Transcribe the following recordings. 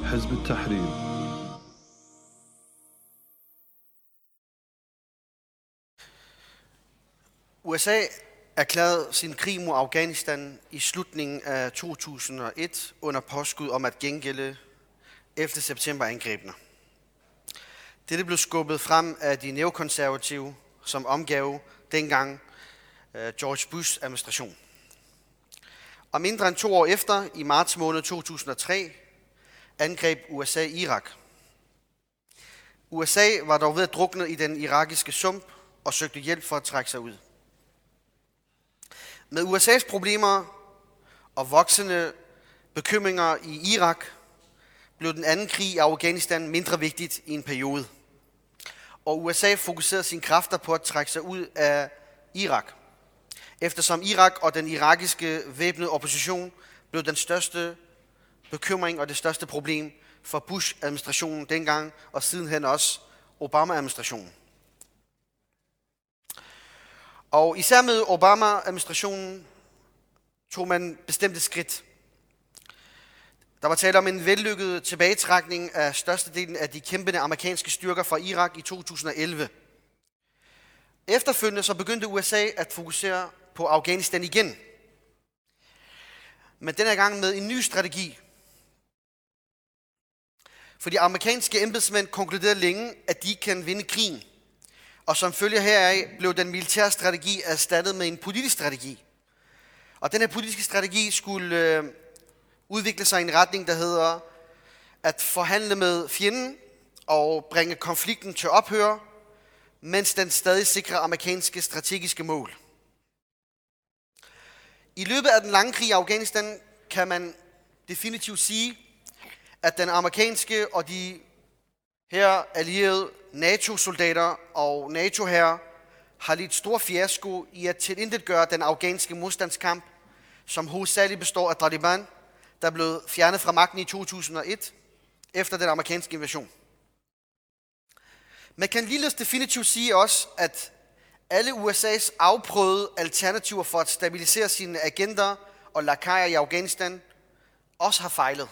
حزب التحرير. USA erklærede sin krig mod Afghanistan i slutningen af 2001 under påskud om at gengælde 11. september-angrebene. Dette blev skubbet frem af de neokonservative, som omgav dengang George Bush administration. Og mindre end 2 år efter, i marts måned 2003, angreb USA Irak. USA var dog ved at drukne i den irakiske sump og søgte hjælp for at trække sig ud. Med USA's problemer og voksende bekymringer i Irak, blev den anden krig i Afghanistan mindre vigtigt i en periode. Og USA fokuserede sine kræfter på at trække sig ud af Irak, eftersom Irak og den irakiske væbnede opposition blev den største bekymring og det største problem for Bush-administrationen dengang, og sidenhen også Obama-administrationen. Og især med Obama-administrationen tog man bestemte skridt. Der var tale om en vellykket tilbagetrækning af størstedelen af de kæmpende amerikanske styrker fra Irak i 2011. Efterfølgende så begyndte USA at fokusere på Afghanistan igen. Men denne gang med en ny strategi. For de amerikanske embedsmænd konkluderede længe, at de kan vinde krigen. Og som følge heraf blev den militære strategi erstattet med en politisk strategi. Og den her politiske strategi skulle udvikle sig i en retning, der hedder at forhandle med fjenden og bringe konflikten til ophør, mens den stadig sikrer amerikanske strategiske mål. I løbet af den lange krig i Afghanistan kan man definitivt sige, at den amerikanske og de her allierede NATO-soldater og NATO-hære har lidt stor fiasko i at tilintetgøre den afghanske modstandskamp, som hovedsageligt består af Taliban, der blev fjernet fra magten i 2001 efter den amerikanske invasion. Man kan ligeledes definitivt sige også, at alle USA's afprøvede alternativer for at stabilisere sine agenter og lakajer i Afghanistan også har fejlet.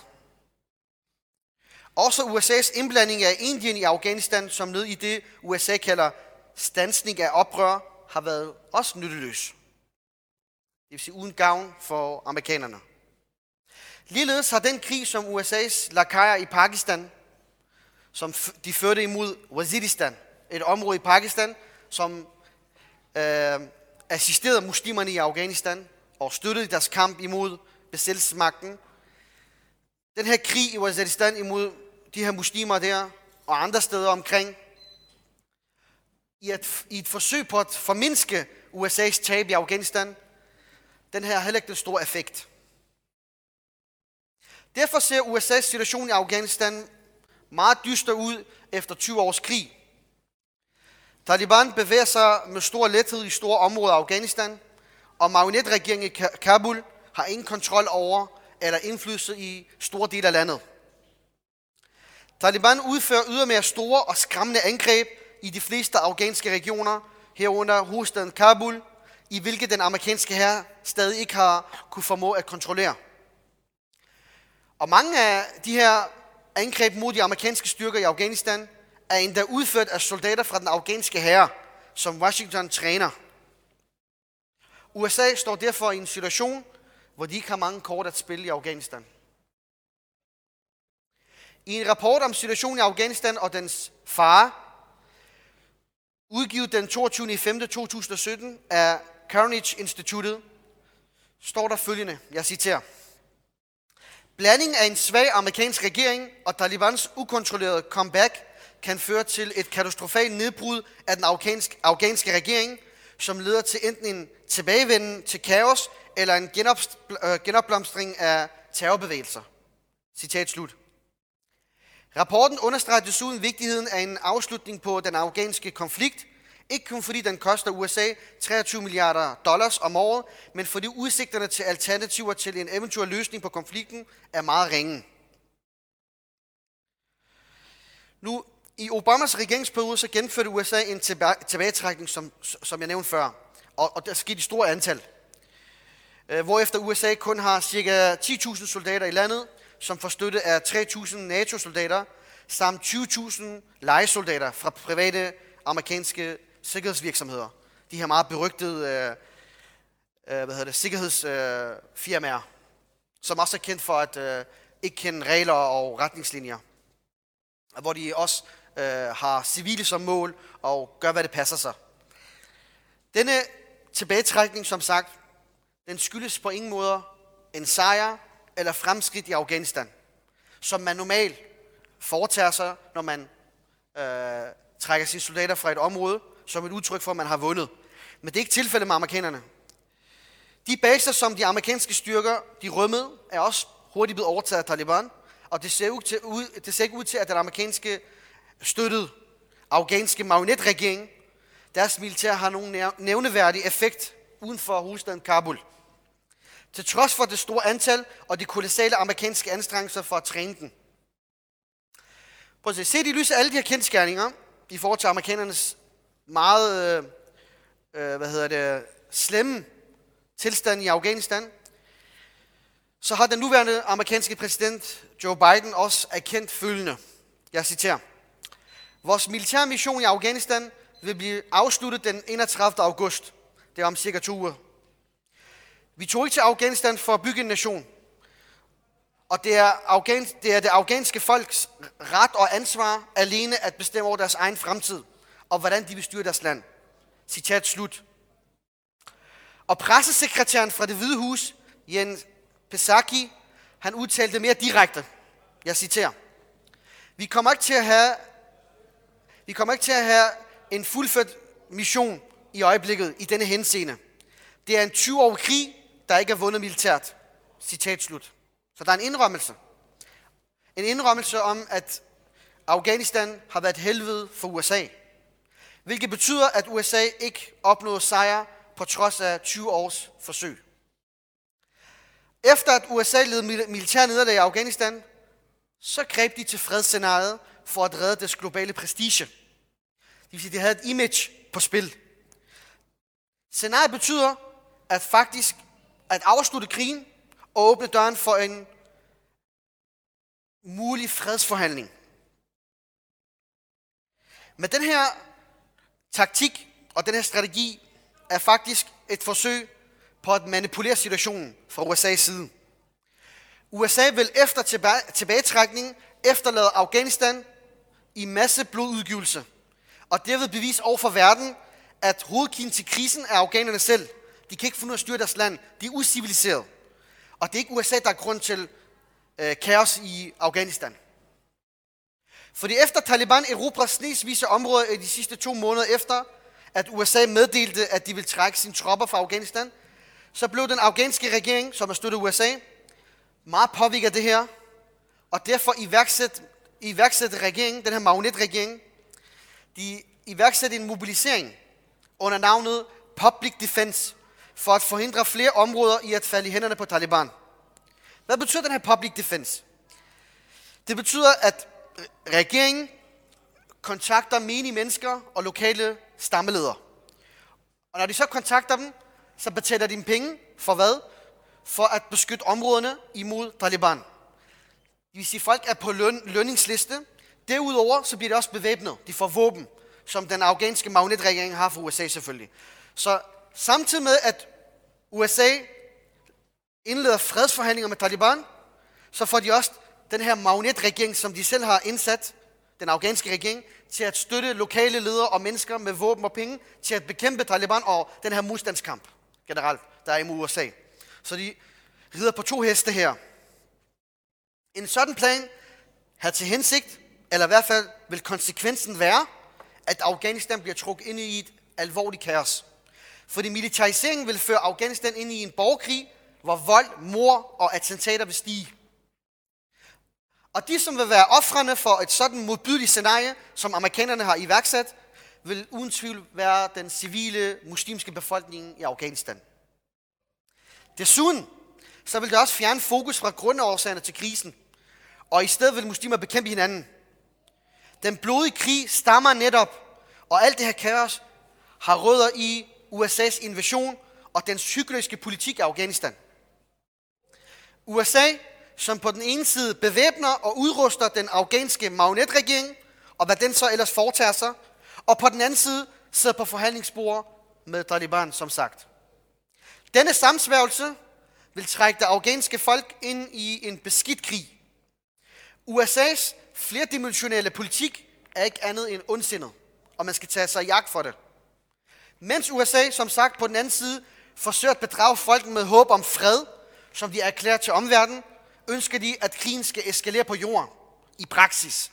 Også USA's indblanding af Indien i Afghanistan, som led i det USA kalder standsning af oprør, har været også nytteløs. Det vil sige uden gavn for amerikanerne. Ligeledes har den krig, som USA's lakajer i Pakistan, som de førte imod Waziristan, et område i Pakistan, som assisterede muslimerne i Afghanistan og støttede deres kamp imod besættelsesmagten. Den her krig i Waziristan imod de her muslimer der og andre steder omkring, i et forsøg på at formindske USA's tab i Afghanistan, den her har heller ikke den store effekt. Derfor ser USA's situation i Afghanistan meget dyster ud efter 20 års krig. Taliban bevæger sig med stor lethed i store områder af Afghanistan, og marionetregeringen i Kabul har ingen kontrol over eller indflydelse i store dele af landet. Taliban udfører ydermere store og skræmmende angreb i de fleste afghanske regioner, herunder hovedstaden Kabul, i hvilket den amerikanske hær stadig ikke har kunne formå at kontrollere. Og mange af de her angreb mod de amerikanske styrker i Afghanistan er endda udført af soldater fra den afghanske hær, som Washington træner. USA står derfor i en situation, hvor de ikke har mange kort at spille i Afghanistan. I en rapport om situationen i Afghanistan og dens fare, udgivet den 22.5.2017 af Carnegie Institutet, står der følgende, jeg citerer: blanding af en svag amerikansk regering og Talibans ukontrollerede comeback kan føre til et katastrofalt nedbrud af den afghanske regering, som leder til enten en tilbagevenden til kaos eller en genopblomstring af terrorbevægelser. Citat slut. Rapporten understreger desuden vigtigheden af en afslutning på den afghanske konflikt, ikke kun fordi den koster USA $23 milliarder om året, men fordi udsigterne til alternativer til en eventuel løsning på konflikten er meget ringe. Nu, i Obamas regeringsperiode, så gennemførte USA en tilbagetrækning, som jeg nævnte før, og der skete i store antal. Hvorefter USA kun har ca. 10.000 soldater i landet, som får støtte af 3.000 NATO-soldater, samt 20.000 lejesoldater fra private amerikanske sikkerhedsvirksomheder. De her meget berygtede sikkerhedsfirmaer, som også er kendt for at ikke kende regler og retningslinjer. Hvor de også har civile som mål og gør, hvad det passer sig. Denne tilbagetrækning, som sagt, den skyldes på ingen måder en sejr eller fremskridt i Afghanistan, som man normalt foretager sig, når man trækker sine soldater fra et område, som et udtryk for, at man har vundet. Men det er ikke tilfældet med amerikanerne. De baser, som de amerikanske styrker de rømmede, er også hurtigt blevet overtaget af Taliban, og det ser ikke ud til, at den amerikanske støttede afghanske marionetregering, deres militær har nogen nævneværdig effekt uden for hovedstaden Kabul. Til trods for det store antal og de kolossale amerikanske anstrengelser for at træne den. Prøv at se i lyset af alle de her kendskærninger i forhold til amerikanernes meget slemme tilstand i Afghanistan, så har den nuværende amerikanske præsident Joe Biden også erkendt følgende. Jeg citerer: vores militære mission i Afghanistan vil blive afsluttet den 31. august. Det er om cirka 2 uger. Vi tog ikke til Afghanistan for at bygge en nation. Og det er det afghanske folks ret og ansvar alene at bestemme over deres egen fremtid, og hvordan de vil styre deres land. Citat slut. Og pressesekretæren fra Det Hvide Hus, Jen Psaki, han udtalte mere direkte. Jeg citerer: Vi kommer ikke til at have en fuldført mission i øjeblikket i denne henseende. Det er en 20-årig krig, der ikke er vundet militært. Citat slut. Så der er en indrømmelse. En indrømmelse om, at Afghanistan har været et helvede for USA. Hvilket betyder, at USA ikke opnåede sejr på trods af 20 års forsøg. Efter at USA led militær nederlag i Afghanistan, så greb de til fredsscenariet for at redde deres globale prestige. Det vil sige, at de havde et image på spil. Scenariet betyder, at afslutte krigen og åbne døren for en mulig fredsforhandling. Men den her taktik og den her strategi er faktisk et forsøg på at manipulere situationen fra USA's side. USA vil efter tilbagetrækningen efterlade Afghanistan i masse blodudgivelse, og derved bevise over for verden, at hovedkilden til krisen er afghanerne selv. De kan ikke finde ud af at styre deres land. De er uciviliserede. Og det er ikke USA, der er grund til kaos i Afghanistan. Fordi efter Taliban erobrede snesvise områder i de sidste 2 måneder efter, at USA meddelte, at de ville trække sine tropper fra Afghanistan, så blev den afghanske regering, som har støttet USA, meget påvirket af det her, og derfor iværksatte regeringen, den her marionetregering, de iværksatte en mobilisering under navnet Public Defense, for at forhindre flere områder i at falde i hænderne på Taliban. Hvad betyder den her Public Defense? Det betyder, at regeringen kontakter menige mennesker og lokale stammeledere. Og når de så kontakter dem, så betaler de dem penge for hvad? For at beskytte områderne imod Taliban. Det vil sige, at folk er på lønningsliste. Derudover så bliver de også bevæbnet. De får våben, som den afghanske marionetregering har for USA selvfølgelig. Så samtidig med, at USA indleder fredsforhandlinger med Taliban, så får de også den her marionetregering, som de selv har indsat, den afghanske regering, til at støtte lokale ledere og mennesker med våben og penge, til at bekæmpe Taliban og den her modstandskamp generelt, der er imod USA. Så de rider på 2 heste her. En sådan plan har til hensigt, eller i hvert fald vil konsekvensen være, at Afghanistan bliver trukket ind i et alvorligt kaos. Fordi militariseringen vil føre Afghanistan ind i en borgerkrig, hvor vold, mord og attentater vil stige. Og de, som vil være ofrene for et sådan modbydeligt scenarie, som amerikanerne har iværksat, vil uden tvivl være den civile muslimske befolkning i Afghanistan. Desuden så vil det også fjerne fokus fra grundårsagerne til krisen, og i stedet vil muslimer bekæmpe hinanden. Den blodige krig stammer netop, og alt det her kaos har rødder i USA's invasion og dens hyklerske politik i Afghanistan. USA som på den ene side bevæbner og udruster den afghanske marionetregering, og hvad den så ellers foretager sig, og på den anden side sidder på forhandlingsbordet med Taliban, som sagt. Denne samsværgelse vil trække det afghanske folk ind i en beskidt krig. USA's flerdimensionelle politik er ikke andet end ondsindet, og man skal tage sig i jagt for det. Mens USA, som sagt, på den anden side forsøger at bedrage folk med håb om fred, som de erklærer til omverdenen, ønsker de, at krigen skal eskalere på jorden i praksis.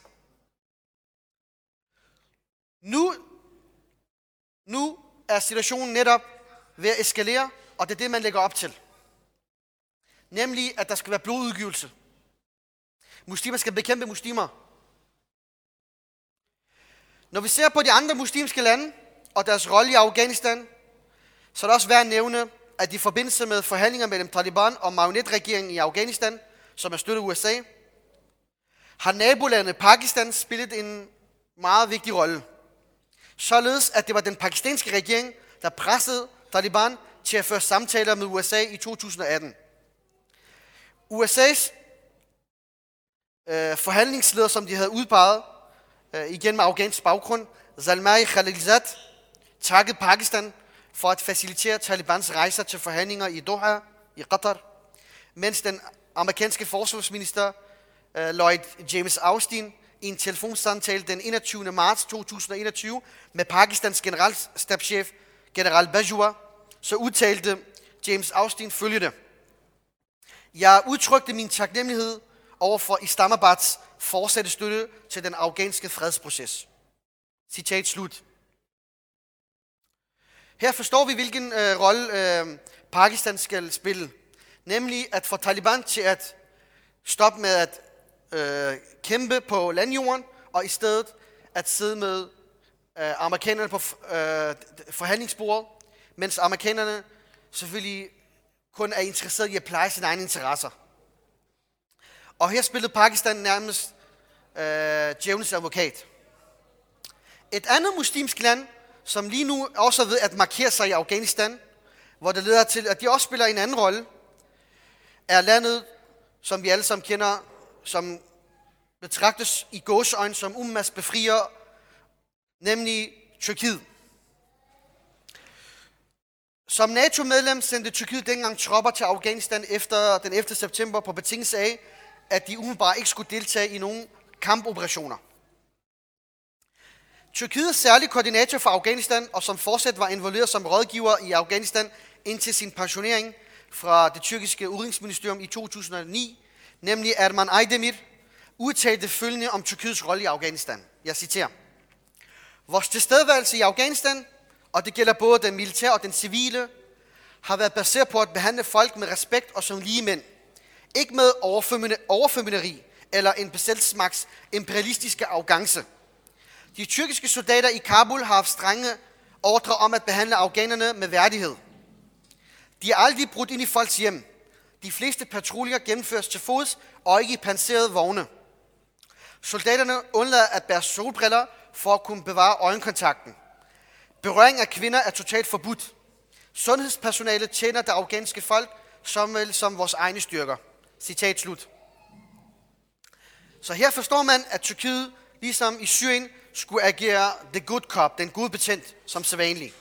Nu er situationen netop ved at eskalere, og det er det, man lægger op til. Nemlig, at der skal være blodudgivelse. Muslimer skal bekæmpe muslimer. Når vi ser på de andre muslimske lande og deres rolle i Afghanistan, så er det også værd at nævne, at i forbindelse med forhandlinger mellem Taliban og marionetregeringen i Afghanistan, som er støttet USA, har nabolandet Pakistan spillet en meget vigtig rolle. Således at det var den pakistanske regering, der pressede Taliban til at føre samtaler med USA i 2018. USA's forhandlingsleder, som de havde udpeget, igen med afghansk baggrund, Zalmay Khalilzad, takkede Pakistan for at facilitere Talibans rejser til forhandlinger i Doha, i Qatar, mens den amerikanske forsvarsminister Lloyd James Austin i en telefonsamtale den 21. marts 2021 med Pakistans generalstabschef general Bajwa, så udtalte James Austin følgende: Jeg udtrykte min taknemmelighed over for Islamabads fortsatte støtte til den afghanske fredsproces. Citat slut. Her forstår vi, hvilken rolle Pakistan skal spille. Nemlig at få Taliban til at stoppe med at kæmpe på landjorden, og i stedet at sidde med amerikanerne på forhandlingsbordet, mens amerikanerne selvfølgelig kun er interesseret i at pleje sine egne interesser. Og her spillede Pakistan nærmest djævelens advokat. Et andet muslimsk land, som lige nu også er ved at markere sig i Afghanistan, hvor det leder til, at de også spiller en anden rolle, er landet, som vi alle sammen kender, som betragtes i gåseøjne som ummas befrier, nemlig Tyrkiet. Som NATO-medlem sendte Tyrkiet dengang tropper til Afghanistan efter den 11. september på betingelse af, at de umiddelbart ikke skulle deltage i nogen kampoperationer. Tyrkiets særlige koordinator for Afghanistan, og som fortsat var involveret som rådgiver i Afghanistan indtil sin pensionering fra det tyrkiske udenrigsministerium i 2009, nemlig Erman Aydemir, udtalte følgende om Tyrkiets rolle i Afghanistan. Jeg citerer: Vores tilstedeværelse i Afghanistan, og det gælder både den militære og den civile, har været baseret på at behandle folk med respekt og som lige mænd. Ikke med overformynderi eller en besættelsesmagts imperialistiske arrogance. De tyrkiske soldater i Kabul har haft strenge ordre om at behandle afghanerne med værdighed. De har aldrig brudt ind i folks hjem. De fleste patruljer gennemføres til fods og ikke i panserede vogne. Soldaterne undlader at bære solbriller for at kunne bevare øjenkontakten. Berøring af kvinder er totalt forbudt. Sundhedspersonalet tjener det afghanske folk som vores egne styrker. Citat slut. Så her forstår man, at Tyrkiet, ligesom i Syrien, skulle agere the good cop, den gode betjent, som sædvanligt.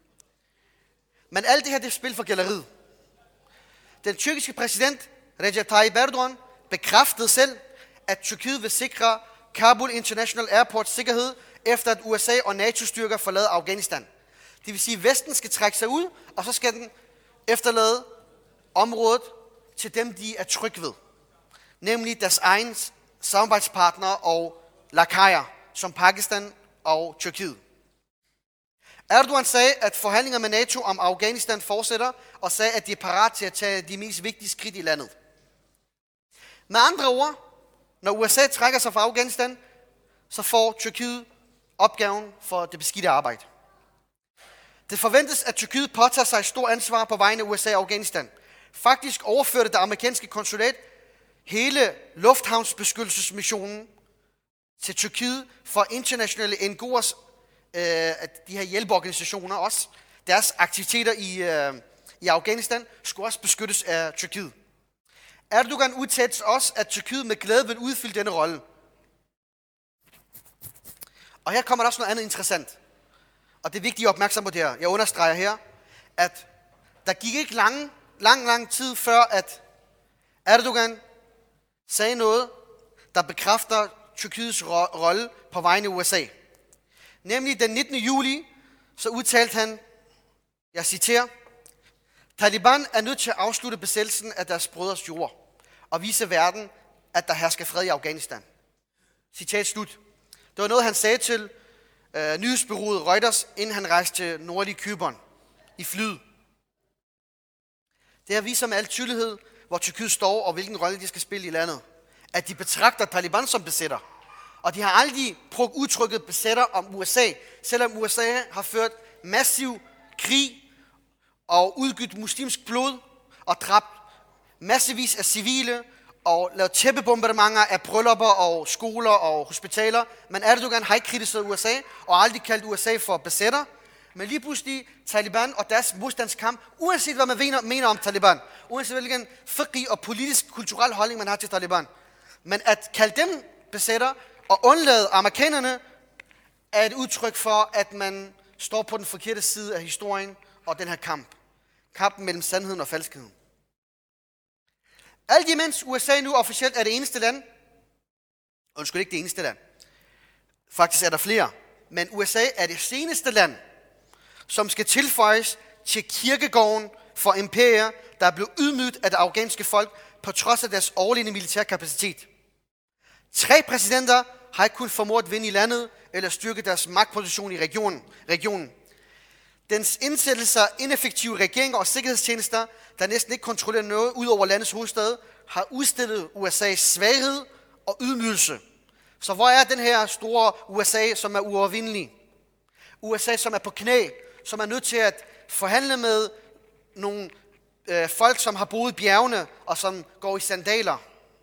Men alt det her, det er spil for galleriet. Den tyrkiske præsident, Recep Tayyip Erdogan, bekræftede selv, at Tyrkiet vil sikre Kabul International Airports sikkerhed, efter at USA og NATO-styrker forlader Afghanistan. Det vil sige, at Vesten skal trække sig ud, og så skal den efterlade området til dem, de er trygge ved. Nemlig deres egen samarbejdspartnere og lakajer, som Pakistan og Tyrkiet. Erdogan sagde, at forhandlinger med NATO om Afghanistan fortsætter, og sagde, at de er parat til at tage de mest vigtige skridt i landet. Med andre ord, når USA trækker sig fra Afghanistan, så får Tyrkiet opgaven for det beskidte arbejde. Det forventes, at Tyrkiet påtager sig et stort ansvar på vegne af USA og Afghanistan. Faktisk overførte det amerikanske konsulat hele lufthavnsbeskyttelsesmissionen til Tyrkiet for internationale NGO'ers, de her hjælpeorganisationer også. Deres aktiviteter i Afghanistan skulle også beskyttes af Tyrkiet. Erdogan udtalte også, at Tyrkiet med glæde vil udfylde denne rolle. Og her kommer der også noget andet interessant. Og det er vigtigt at opmærksom på det her. Jeg understreger her, at der gik ikke lang tid før, at Erdogan sagde noget, der bekræfter Tyrkiets rolle på vegne af USA. Nemlig den 19. juli, så udtalte han, jeg citerer, Taliban er nødt til at afslutte besættelsen af deres brødres jord og vise verden, at der hersker fred i Afghanistan. Citat slut. Det var noget, han sagde til nyhedsbureauet Reuters, inden han rejste til nordlige Cypern i flyet. Det her viser med al tydelighed, hvor Tyrkiet står og hvilken rolle de skal spille i landet. At de betragter Taliban som besætter. Og de har aldrig brugt udtrykket besætter om USA, selvom USA har ført massiv krig og udgydt muslimsk blod og dræbt massevis af civile og lavet tæppebombardementer af bryllupper og skoler og hospitaler. Men Erdogan har ikke kritiseret USA og aldrig kaldt USA for besætter. Men lige pludselig Taliban og deres modstandskamp, uanset hvad man mener om Taliban, uanset hvilken fiqh og politisk kulturel holdning man har til Taliban, men at kalde dem besætter og undlade amerikanerne er et udtryk for, at man står på den forkerte side af historien og den her kamp. Kampen mellem sandheden og falskheden. Alt imens USA nu officielt er det eneste land, undskyld ikke det eneste land, faktisk er der flere, men USA er det seneste land, som skal tilføjes til kirkegården for imperier, der er blevet ydmyget af det afghanske folk på trods af deres overlegne militære kapacitet. 3 præsidenter har ikke kun formået at vinde i landet eller styrke deres magtposition i regionen. Dens indsættelser, ineffektive regeringer og sikkerhedstjenester, der næsten ikke kontrollerer noget ud over landets hovedstad, har udstillet USA's svaghed og ydmygelse. Så hvor er den her store USA, som er uovervindelig? USA, som er på knæ, som er nødt til at forhandle med nogle folk, som har boet i bjergene og som går i sandaler.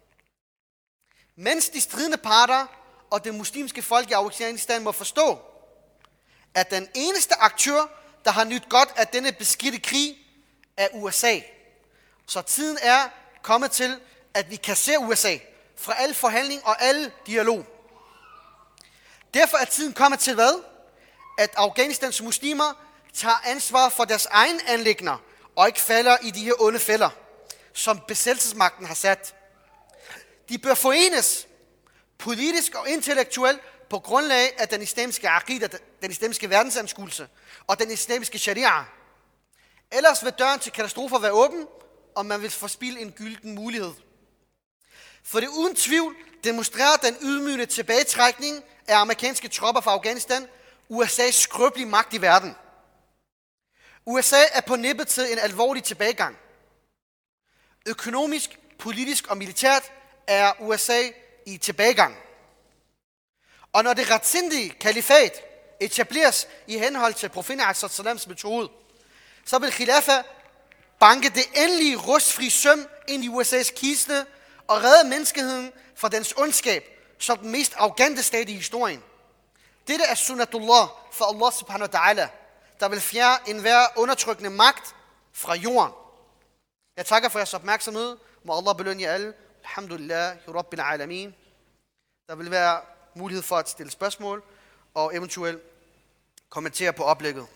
Mens de stridende parter og det muslimske folk i Afghanistan må forstå, at den eneste aktør, der har nyt godt af denne beskidte krig, er USA. Så tiden er kommet til, at vi kasserer USA fra al forhandling og al dialog. Derfor er tiden kommet til hvad? At Afghanistans muslimer tager ansvar for deres egen anliggender og ikke falder i de her onde fælder, som besættelsesmagten har sat. De bør forenes politisk og intellektuelt på grundlag af den islamiske aqida, den islamiske verdensanskuelse og den islamiske sharia. Ellers vil døren til katastrofer være åben, og man vil forspilde en gylden mulighed. For det uden tvivl demonstrerer den ydmygende tilbagetrækning af amerikanske tropper fra Afghanistan USA's skrøbelige magt i verden. USA er på nippet til en alvorlig tilbagegang. Økonomisk, politisk og militært er USA i tilbagegang. Og når det retsindige kalifat etableres i henhold til profeten al-Salams metode, så vil Khilafa banke det endelige rustfri søm ind i USA's kiste og redde menneskeheden fra dens ondskab som den mest arrogante stat i historien. Dette er sunnatullah for Allah subhanahu wa ta'ala, der vil fjerne enhver undertrykkende magt fra jorden. Jeg takker for jeres opmærksomhed. Må Allah belønne jer alle. Alhamdulillah, Rabbil alamin. Der vil være mulighed for at stille spørgsmål og eventuelt kommentere på oplægget.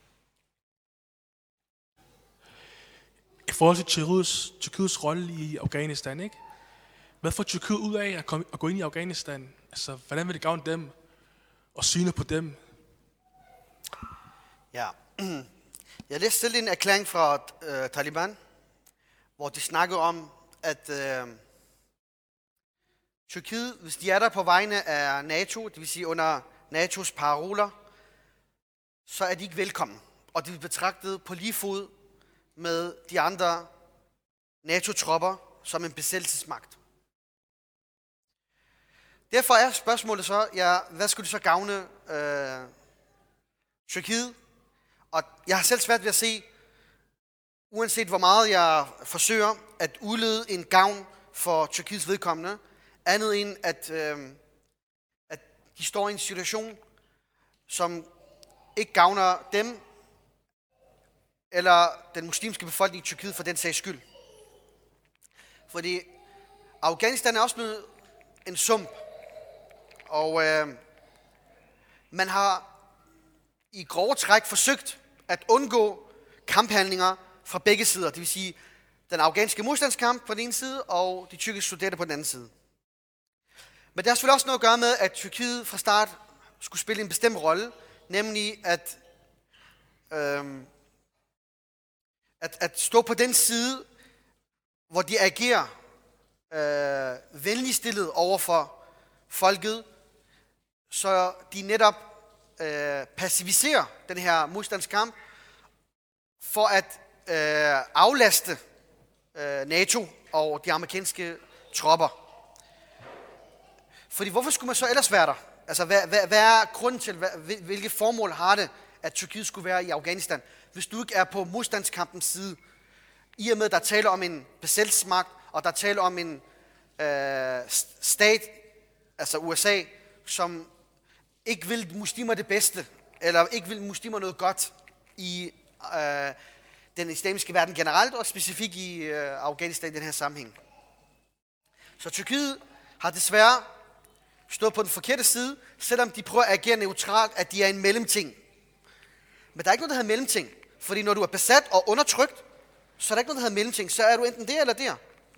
I forhold til Tyrkiets rolle i Afghanistan, ikke? Hvad får Tyrkiet ud af at gå ind i Afghanistan? Altså, hvordan vil det gavne dem og syne på dem? Ja, jeg læste selv en erklæring fra Taliban, hvor de snakker om, at Tyrkiet, hvis de er der på vegne af NATO, det vil sige under NATO's paroler, så er de ikke velkommen. Og de er betragtet på lige fod med de andre NATO-tropper som en besættelsesmagt. Derfor er spørgsmålet så, hvad skulle det så gavne Tyrkiet? Og jeg har selv svært ved at se, uanset hvor meget jeg forsøger at udlede en gavn for Tyrkiets vedkommende, andet end at de står i en situation, som ikke gavner dem, eller den muslimske befolkning i Tyrkiet for den sags skyld. Fordi Afghanistan er også blevet en sump. Og man har i grove træk forsøgt at undgå kamphandlinger fra begge sider. Det vil sige den afghanske modstandskamp på den ene side, og de tyrkiske soldater på den anden side. Men det har selvfølgelig også noget at gøre med, at Tyrkiet fra start skulle spille en bestemt rolle, nemlig at stå på den side, hvor de agerer venligstillet over for folket, så de netop pacificerer den her modstandskamp for at aflaste NATO og de amerikanske tropper. Fordi hvorfor skulle man så ellers være der? Altså, hvad er grunden til, hvilke formål har det, at Tyrkiet skulle være i Afghanistan, hvis du ikke er på modstandskampens side? I og med, at der taler om en besættelsesmagt, og der taler om en stat, altså USA, som ikke vil muslimer det bedste, eller ikke vil muslimer noget godt i den islamiske verden generelt, og specifikt i Afghanistan i den her sammenhæng. Så Tyrkiet har desværre stået på den forkerte side, selvom de prøver at agere neutralt, at de er en mellemting. Men der er ikke noget, der hedder mellemting. Fordi når du er besat og undertrykt, så er der ikke noget, der hedder mellemting. Så er du enten der eller der.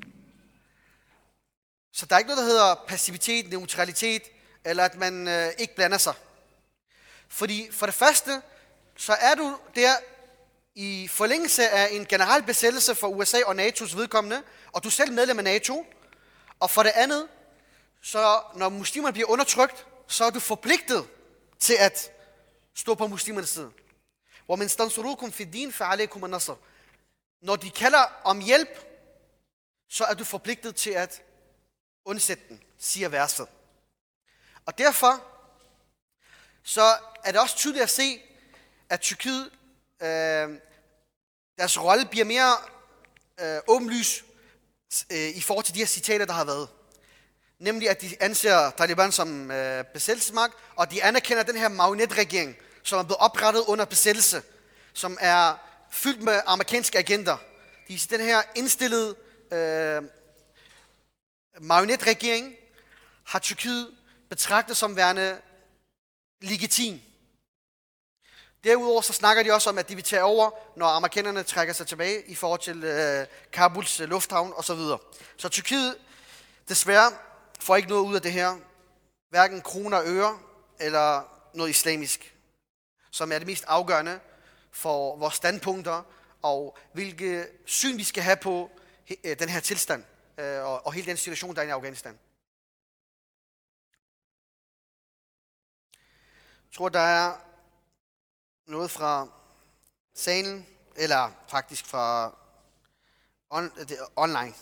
Så der er ikke noget, der hedder passivitet, neutralitet, eller at man ikke blander sig. Fordi for det første, så er du der i forlængelse af en generel besættelse for USA og NATO's vedkommende, og du er selv medlem af NATO. Og for det andet, så når muslimerne bliver undertrykt, så er du forpligtet til at stå på muslimernes side. وَمِنْ اسْتَنْصُرُوكُمْ فِي الدِّينِ فَعَلَيْكُمُ النَّصْرُ. Når de kalder om hjælp, så er du forpligtet til at undsætte den, siger verset. Og derfor så er det også tydeligt at se, at Tyrkiet, deres rolle bliver mere åbenlys i forhold til de her citater, der har været. Nemlig at de anser Taliban som besættelsesmagt, og de anerkender den her marionetregering, som er blevet oprettet under besættelse, som er fyldt med amerikanske agenter. Den her indstillede marionetregering har Tyrkiet betragtet som værende legitim. Derudover så snakker de også om, at de vil tage over, når amerikanerne trækker sig tilbage i forhold til Kabuls lufthavn osv. Så Tyrkiet desværre får ikke noget ud af det her. Hverken kroner og øre eller noget islamisk, som er det mest afgørende for vores standpunkter og hvilke syn vi skal have på den her tilstand og hele den situation, der er i Afghanistan. Jeg tror, der er noget fra salen, eller faktisk fra online.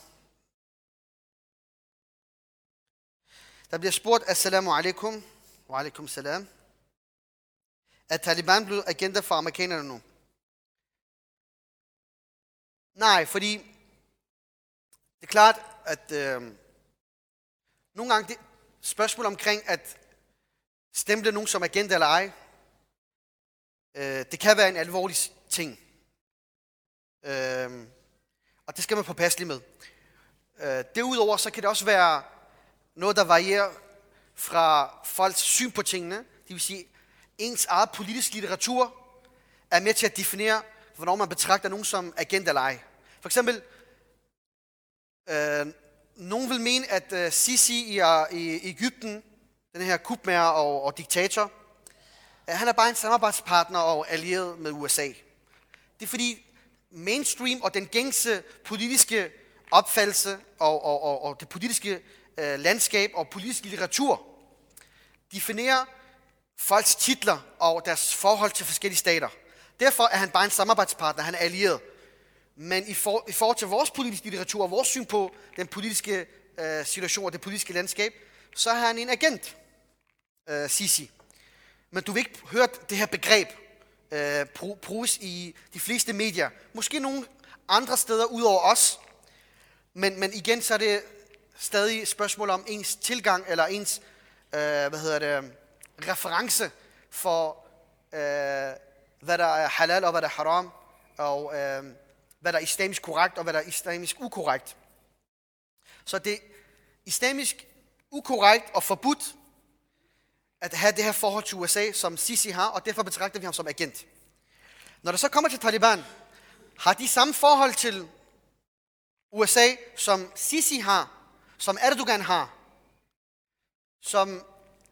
Der bliver spurgt, assalamu alaikum, wa alaikum salam. Er Taliban blevet agenter for amerikanerne nu? Nej, fordi det er klart, at nogle gange det spørgsmål omkring at stemple nogen som agent eller ej, det kan være en alvorlig ting. Og det skal man påpasselig med. Derudover så kan det også være noget, der varierer fra folks syn på tingene. Det vil sige, ens eget politisk litteratur er med til at definere, hvornår man betragter nogen som agent eller ej. For eksempel, nogen vil mene, at Sisi i Egypten, den her kupmager og diktator, han er bare en samarbejdspartner og allieret med USA. Det er fordi mainstream og den gængse politiske opfattelse og det politiske landskab og politisk litteratur definerer folks titler og deres forhold til forskellige stater. Derfor er han bare en samarbejdspartner, han er allieret. Men i forhold til vores politiske litteratur og vores syn på den politiske situation og det politiske landskab, så er han en agent, Sisi. Men du vil ikke høre det her begreb bruges i de fleste medier. Måske nogle andre steder ud over os. Men igen, så er det stadig et spørgsmål om ens tilgang eller ens reference for, hvad der er halal og hvad der er haram, og hvad der er islamisk korrekt og hvad der er islamisk ukorrekt. Så det er islamisk ukorrekt og forbudt at have det her forhold til USA, som Sisi har, og derfor betragter vi ham som agent. Når det så kommer til Taliban, har de samme forhold til USA, som Sisi har, som Erdogan har, som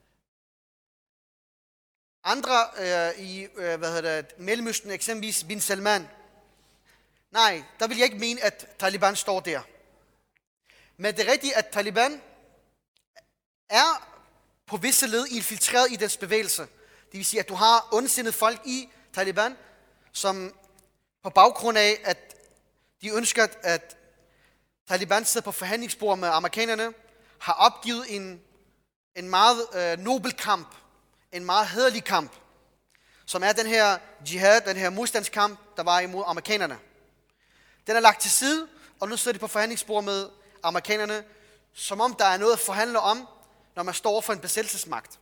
andre i Mellemøsten, eksempelvis Bin Salman. Nej, der vil jeg ikke mene, at Taliban står der. Men det er rigtigt, at Taliban er på visse led infiltreret i dens bevægelse. Det vil sige, at du har ondsindede folk i Taliban, som på baggrund af, at de ønsker, at Taliban sidder på forhandlingsbord med amerikanerne, har opgivet en meget nobel kamp, en meget hæderlig kamp, som er den her jihad, den her modstandskamp, der var imod amerikanerne. Den er lagt til side, og nu sidder de på forhandlingsbord med amerikanerne, som om der er noget at forhandle om, når man står for en besættelsesmagt.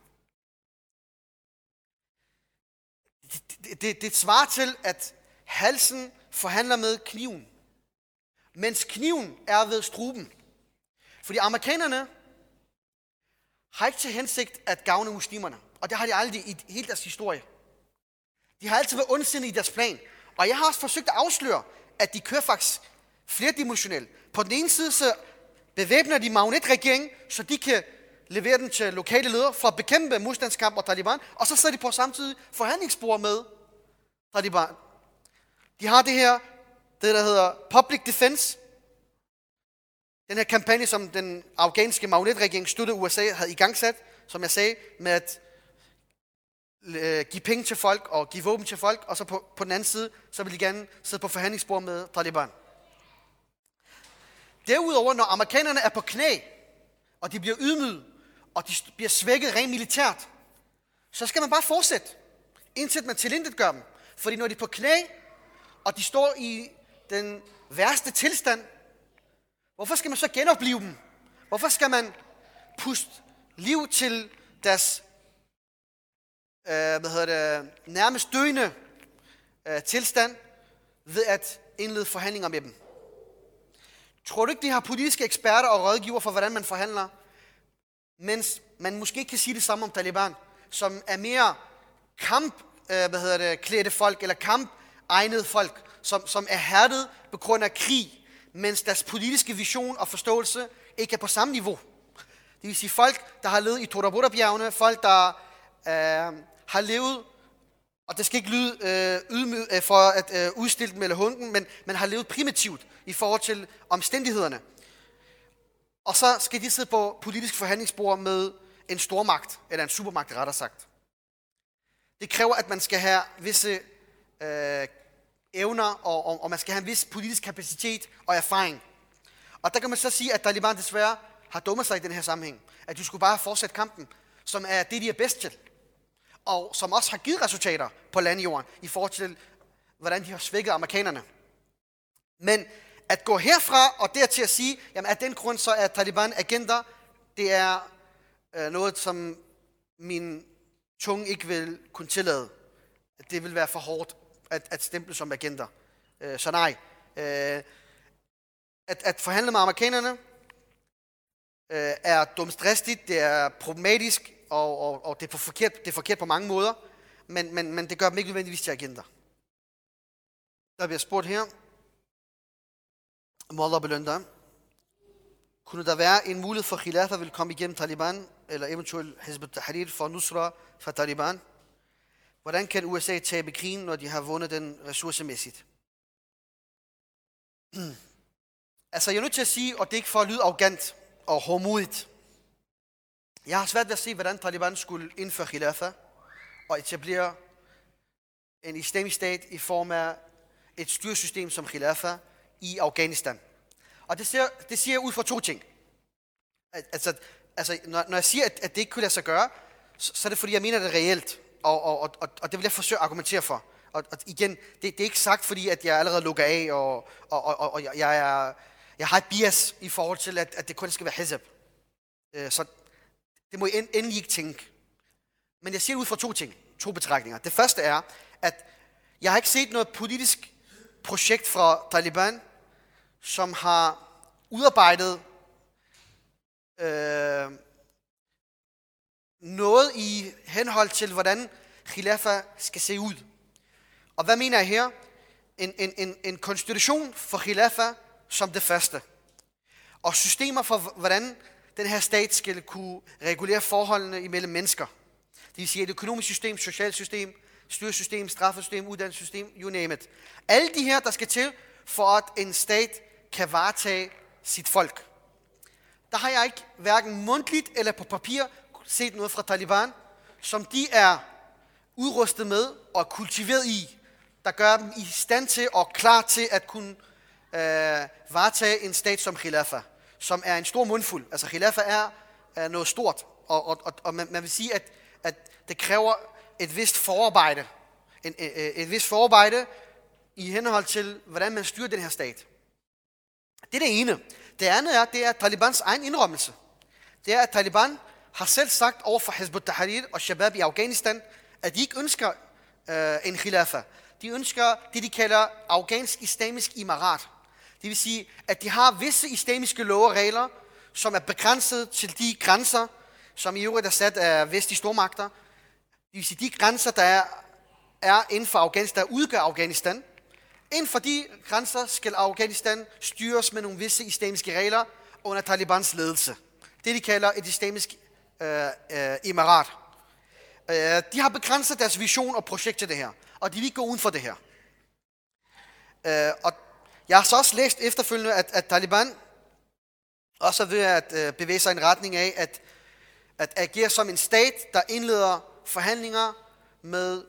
Det svarer til, at halsen forhandler med kniven, mens kniven er ved struben. Fordi amerikanerne har ikke til hensigt at gavne muslimerne, og det har de aldrig i hele deres historie. De har altid været ondsindede i deres plan, og jeg har også forsøgt at afsløre, at de kører faktisk flerdimensionelt. På den ene side så bevæbner de marionetregeringen, så de kan levere den til lokale ledere for at bekæmpe modstandskamp og Taliban, og så sidder de på samtidig forhandlingsbord med Taliban. De har det der hedder Public Defense, den her kampagne, som den afghanske marionetregering støttede USA havde igangsat, som jeg sagde, med at give penge til folk og give våben til folk, og så på den anden side, så vil de gerne sidde på forhandlingsbord med Taliban. Derudover, når amerikanerne er på knæ, og de bliver ydmyget, og de bliver svækket rent militært, så skal man bare fortsætte, indtil man tilintetgør dem. Fordi når de er på knæ, og de står i den værste tilstand, hvorfor skal man så genopleve dem? Hvorfor skal man puste liv til deres nærmest døende tilstand ved at indlede forhandlinger med dem? Tror du ikke, de har politiske eksperter og rådgiver for, hvordan man forhandler? Mens man måske ikke kan sige det samme om Taliban, som er mere klædte folk, eller kampegnede folk, som er hærdet på grund af krig, mens deres politiske vision og forståelse ikke er på samme niveau. Det vil sige folk, der har levet i Torabora-bjergene, folk, der har levet, og det skal ikke lyde for at udstille dem eller hunden, men man har levet primitivt i forhold til omstændighederne. Og så skal de sidde på politisk forhandlingsbord med en stormagt, eller en supermagt rettere sagt. Det kræver, at man skal have visse evner, og man skal have en vis politisk kapacitet og erfaring. Og der kan man så sige, at Taliban desværre har dummet sig i den her sammenhæng. At de skulle bare fortsætte kampen, som er det, de er bedst til. Og som også har givet resultater på landjorden, i forhold til, hvordan de har svækket amerikanerne. Men at gå herfra og dertil at sige, jamen af den grund så er Taliban agenter, det er noget, som min tunge ikke vil kunne tillade. Det vil være for hårdt at stemple som agenter. Så nej. At forhandle med amerikanerne er dumstristigt, det er problematisk, og det er forkert på mange måder, men det gør dem ikke nødvendigvis til agenter. Der bliver spurgt her, må Allah belønne. Kunne der være en mulighed for Khilafa vil komme igennem Taliban, eller eventuelt Hizb ut-Tahrir for Nusra fra Taliban? Hvordan kan USA tabe krigen, når de har vundet den ressourcemæssigt? Altså, jeg er nødt til at sige, og det er ikke for at lyde arrogant og hårdmodigt. Jeg har svært ved at se, hvordan Taliban skulle indføre Khilafa og etablere en islamisk stat i form af et styresystem som Khilafa i Afghanistan. Og det siger jeg ud fra to ting. Altså når jeg siger, at det ikke kunne lade sig gøre, så er det fordi, jeg mener det reelt. Og det vil jeg forsøge at argumentere for. Og igen, det er ikke sagt, fordi at jeg allerede lukker af, og jeg har et bias i forhold til, at det kun skal være hizb. Så det må I endelig ikke tænke. Men jeg siger ud fra to ting, to betragtninger. Det første er, at jeg har ikke set noget politisk projekt fra Taliban, som har udarbejdet henhold til, hvordan khilafa skal se ud. Og hvad mener jeg her? En konstitution for khilafa som det første. Og systemer for, hvordan den her stat skal kunne regulere forholdene imellem mennesker. Det vil sige et økonomisk system, socialt system, styresystem, straffesystem, uddannelsessystem, you name it. Alle de her, der skal til, for at en stat kan varetage sit folk. Der har jeg ikke hverken mundtligt eller på papir set noget fra Taliban, som de er udrustet med og kultiveret i, der gør dem i stand til og klar til at kunne varetage en stat som khilafa, som er en stor mundfuld. Altså khilafa er noget stort, og man vil sige, at det kræver et vist forarbejde. Et vist forarbejde i henhold til, hvordan man styrer den her stat. Det er det ene. Det andet det er Talibans egen indrømmelse. Det er, at Taliban har selv sagt over for Hizb ut-Tahrir og Shabab i Afghanistan, at de ikke ønsker en khilafa. De ønsker det, de kalder afghansk islamisk emirat. Det vil sige, at de har visse islamiske love og regler, som er begrænset til de grænser, som i øvrigt er sat af vestlige stormagter. Det vil sige, de grænser, der er inden for Afghanistan, der udgør Afghanistan. Inden for de grænser skal Afghanistan styres med nogle visse islamiske regler under Talibans ledelse. Det, de kalder et islamisk emirat. De har begrænset deres vision og projekt til det her, og de vil ikke gå uden for det her. Og jeg har så også læst efterfølgende, at Taliban også er ved at bevæge sig i en retning af at agere som en stat, der indleder forhandlinger med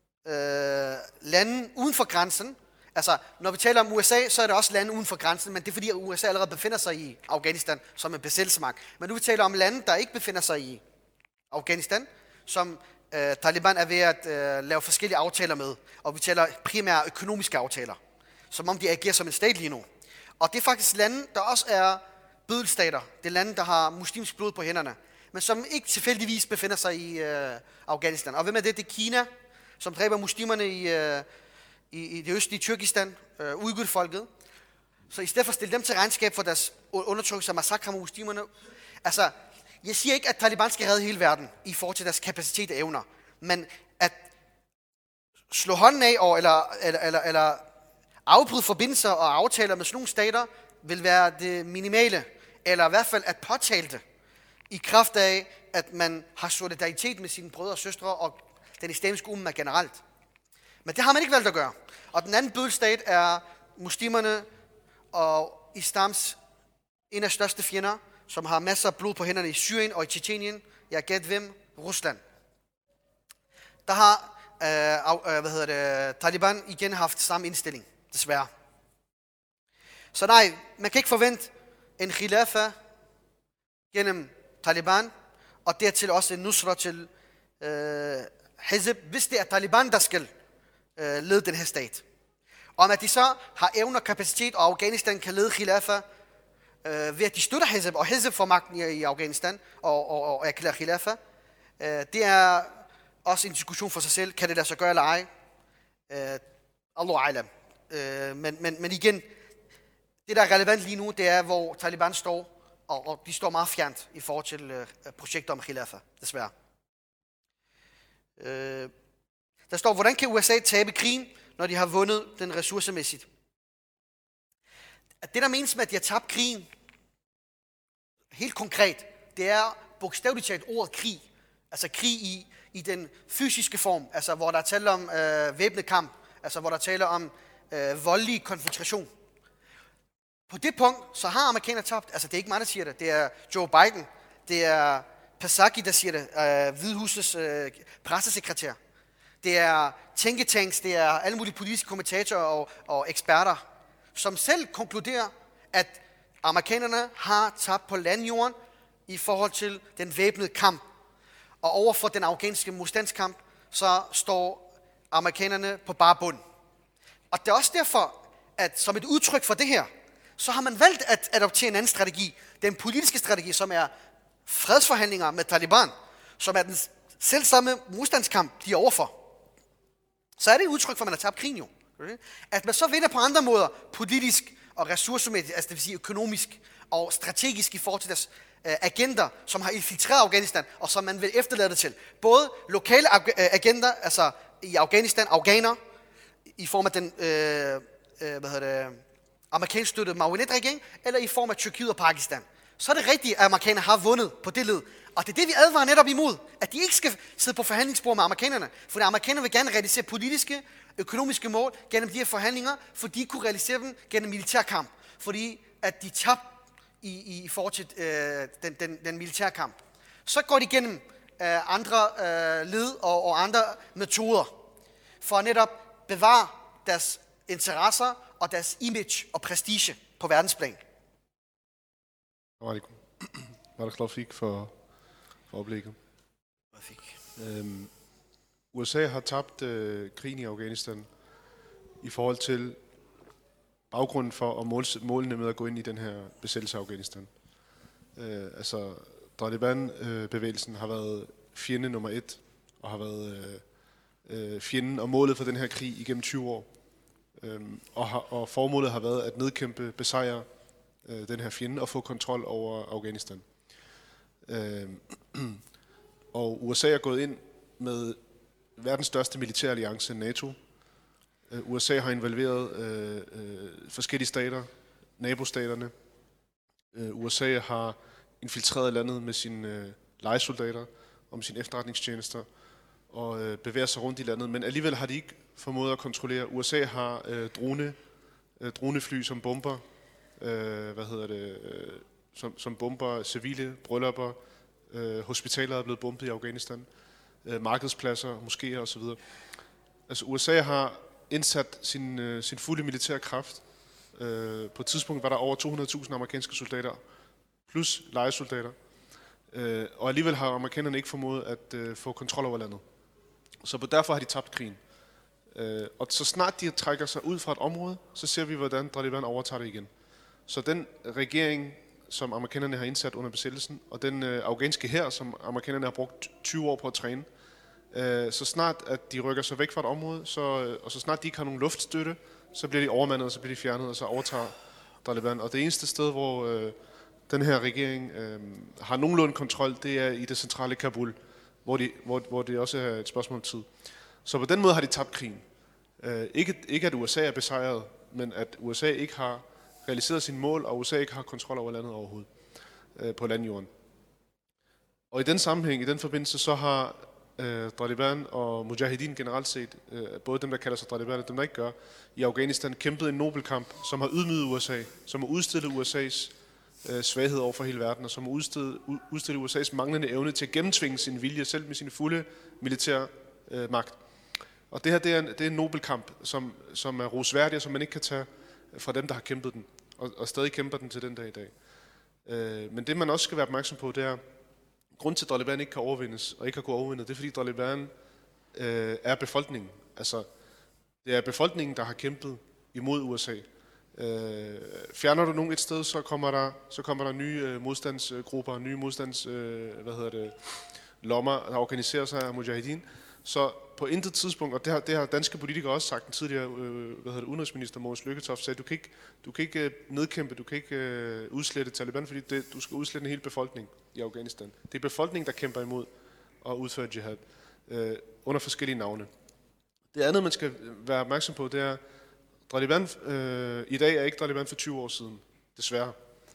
lande uden for grænsen. Altså, når vi taler om USA, så er det også lande uden for grænsen, men det er fordi, at USA allerede befinder sig i Afghanistan som en besættelsesmagt. Men nu vi taler om lande, der ikke befinder sig i Afghanistan, som Taliban er ved at lave forskellige aftaler med. Og vi taler primært økonomiske aftaler, som om de agerer som en stat lige nu. Og det er faktisk lande, der også er bødelstater. Det er lande, der har muslimsk blod på hænderne, men som ikke tilfældigvis befinder sig i Afghanistan. Og hvem er det? Det er Kina, som dræber muslimerne i det østlige Tyrkistan, Uyghur-folket. Så i stedet for at stille dem til regnskab for deres undertrykkelse og massakre mod muslimerne. Altså, jeg siger ikke, at Taliban skal redde hele verden i forhold til deres kapacitet og evner. Men at slå hånden af eller afbryde forbindelser og aftaler med sådan nogle stater, vil være det minimale. Eller i hvert fald at påtale det i kraft af, at man har solidaritet med sine brødre og søstre og den islamiske umma generelt. Men det har man ikke valgt at gøre. Og den anden bødelstat er muslimerne og islams en af største fjender, som har masser af blod på hænderne i Syrien og i Tjetjenien. Jeg gæt hvem? Rusland. Der har Taliban igen haft samme indstilling, desværre. Så nej, man kan ikke forvente en khilafa gennem Taliban, og dertil også en nusra til Hizb, hvis det er Taliban, der skal lede den her stat. Om at de så har evne og kapacitet, og Afghanistan kan lede khilafa, ved at de støtter Hizb, og Hizb får magten i Afghanistan, og erklærer khilafa. Det er også en diskussion for sig selv. Kan det lade sig gøre eller ej? Allahu alam. Men igen, det der er relevant lige nu, det er, hvor Taliban står, og de står meget fjernt i forhold til projekter om khilafa, desværre. Der står, hvordan kan USA tabe krigen, når de har vundet den ressourcemæssigt? Det, der menes med, at de har tabt krigen, helt konkret, det er bogstaveligt talt ordet krig. Altså krig i den fysiske form, altså hvor der er tale om væbnet kamp, altså hvor der er tale om voldelig konfrontation. På det punkt, så har amerikanerne tabt. Altså det er ikke mig, der siger det. Det er Joe Biden, det er Psaki, der siger det, Hvidhusets pressesekretær. Det er tænketanks, det er alle mulige politiske kommentatorer og eksperter, som selv konkluderer, at amerikanerne har tabt på landjorden i forhold til den væbnede kamp. Og overfor den afghanske modstandskamp, så står amerikanerne på bare bund. Og det er også derfor, at som et udtryk for det her, så har man valgt at adoptere en anden strategi. Den politiske strategi, som er fredsforhandlinger med Taliban, som er den selvsamme modstandskamp, de er overfor. Så er det et udtryk for, at man har tabt krigen jo. At man så vinder på andre måder, politisk og ressourcemæssigt, altså det vil sige økonomisk og strategisk i forhold til deres agenter, som har infiltreret Afghanistan, og som man vil efterlade det til. Både lokale agenter, altså i Afghanistan, afghanere, i form af den amerikansk støttede marionetregering, eller i form af Tyrkiet og Pakistan. Så er det rigtigt, at amerikanerne har vundet på det led. Og det er det, vi advarer netop imod. At de ikke skal sidde på forhandlingsbord med amerikanerne. For amerikanerne vil gerne realisere politiske, økonomiske mål gennem de her forhandlinger, for de kunne realisere dem gennem militærkamp. Fordi at de tabte i forhold til den militærkamp. Så går de gennem andre led og andre metoder, for at netop bevare deres interesser og deres image og prestige på verdensplan. Barakallahu fik for oplægget. USA har tabt krigen i Afghanistan i forhold til baggrunden for og målene med at gå ind i den her besættelse af Afghanistan. Taliban-bevægelsen har været fjende nummer 1 og har været fjenden og målet for den her krig igennem 20 år. Og formålet har været at nedkæmpe, besejre den her fjende og få kontrol over Afghanistan. Og USA er gået ind med verdens største militære alliance, NATO. USA har involveret forskellige stater, nabostaterne. USA har infiltreret landet med sine lejesoldater og med sine efterretningstjenester og bevæger sig rundt i landet, men alligevel har de ikke formået at kontrollere. USA har dronefly som bomber, som bomber civile bryllupper, hospitaler er blevet bombet i Afghanistan, markedspladser, moskéer osv. Altså USA har indsat sin fulde militære kraft. På et tidspunkt var der over 200.000 amerikanske soldater, plus lejesoldater. Og alligevel har amerikanerne ikke formået at få kontrol over landet. Så derfor har de tabt krigen. Og så snart de trækker sig ud fra et område, så ser vi, hvordan Taliban overtager det igen. Så den regering, som amerikanerne har indsat under besættelsen, og den afghanske hær, som amerikanerne har brugt 20 år på at træne, så snart at de rykker sig væk fra et område, og så snart de ikke har nogen luftstøtte, så bliver de overmandet, og så bliver de fjernet, og så overtager Taliban. Og det eneste sted, hvor den her regering har nogenlunde kontrol, det er i det centrale Kabul, hvor det også er et spørgsmål om tid. Så på den måde har de tabt krigen. Ikke at USA er besejret, men at USA ikke har realiseret sine mål, og USA ikke har kontrol over landet overhovedet på landjorden. Og i den sammenhæng, i den forbindelse, så har Taliban og Mujahedin generelt set, både dem, der kalder sig Taliban og dem, der ikke gør, i Afghanistan kæmpet en nobel kamp, som har ydmyget USA, som har udstillet USA's svaghed over for hele verden, og som har udstillet USA's manglende evne til at gennemtvinge sin vilje, selv med sin fulde militære magt. Og det her, det er en nobel kamp, som er rosværdig, og som man ikke kan tage fra dem, der har kæmpet den, og stadig kæmper den til den dag i dag. Men det, man også skal være opmærksom på, det er, grund til, at Taliban ikke kan overvindes, og ikke har kunnet overvinde, det er, fordi Taliban er befolkningen. Altså, det er befolkningen, der har kæmpet imod USA. Fjerner du nogen et sted, så kommer der nye modstandsgrupper, nye lommer, der organiserer sig af Mujahedin. Så på intet tidspunkt, og det har danske politikere også sagt, den tidligere udenrigsminister Mogens Lykketoft sagde, du kan ikke nedkæmpe, du kan ikke udslette Taliban, fordi du skal udslette en hel befolkning i Afghanistan. Det er befolkningen, der kæmper imod at udføre jihad under forskellige navne. Det andet, man skal være opmærksom på, det er, Taliban i dag er ikke Taliban for 20 år siden, desværre.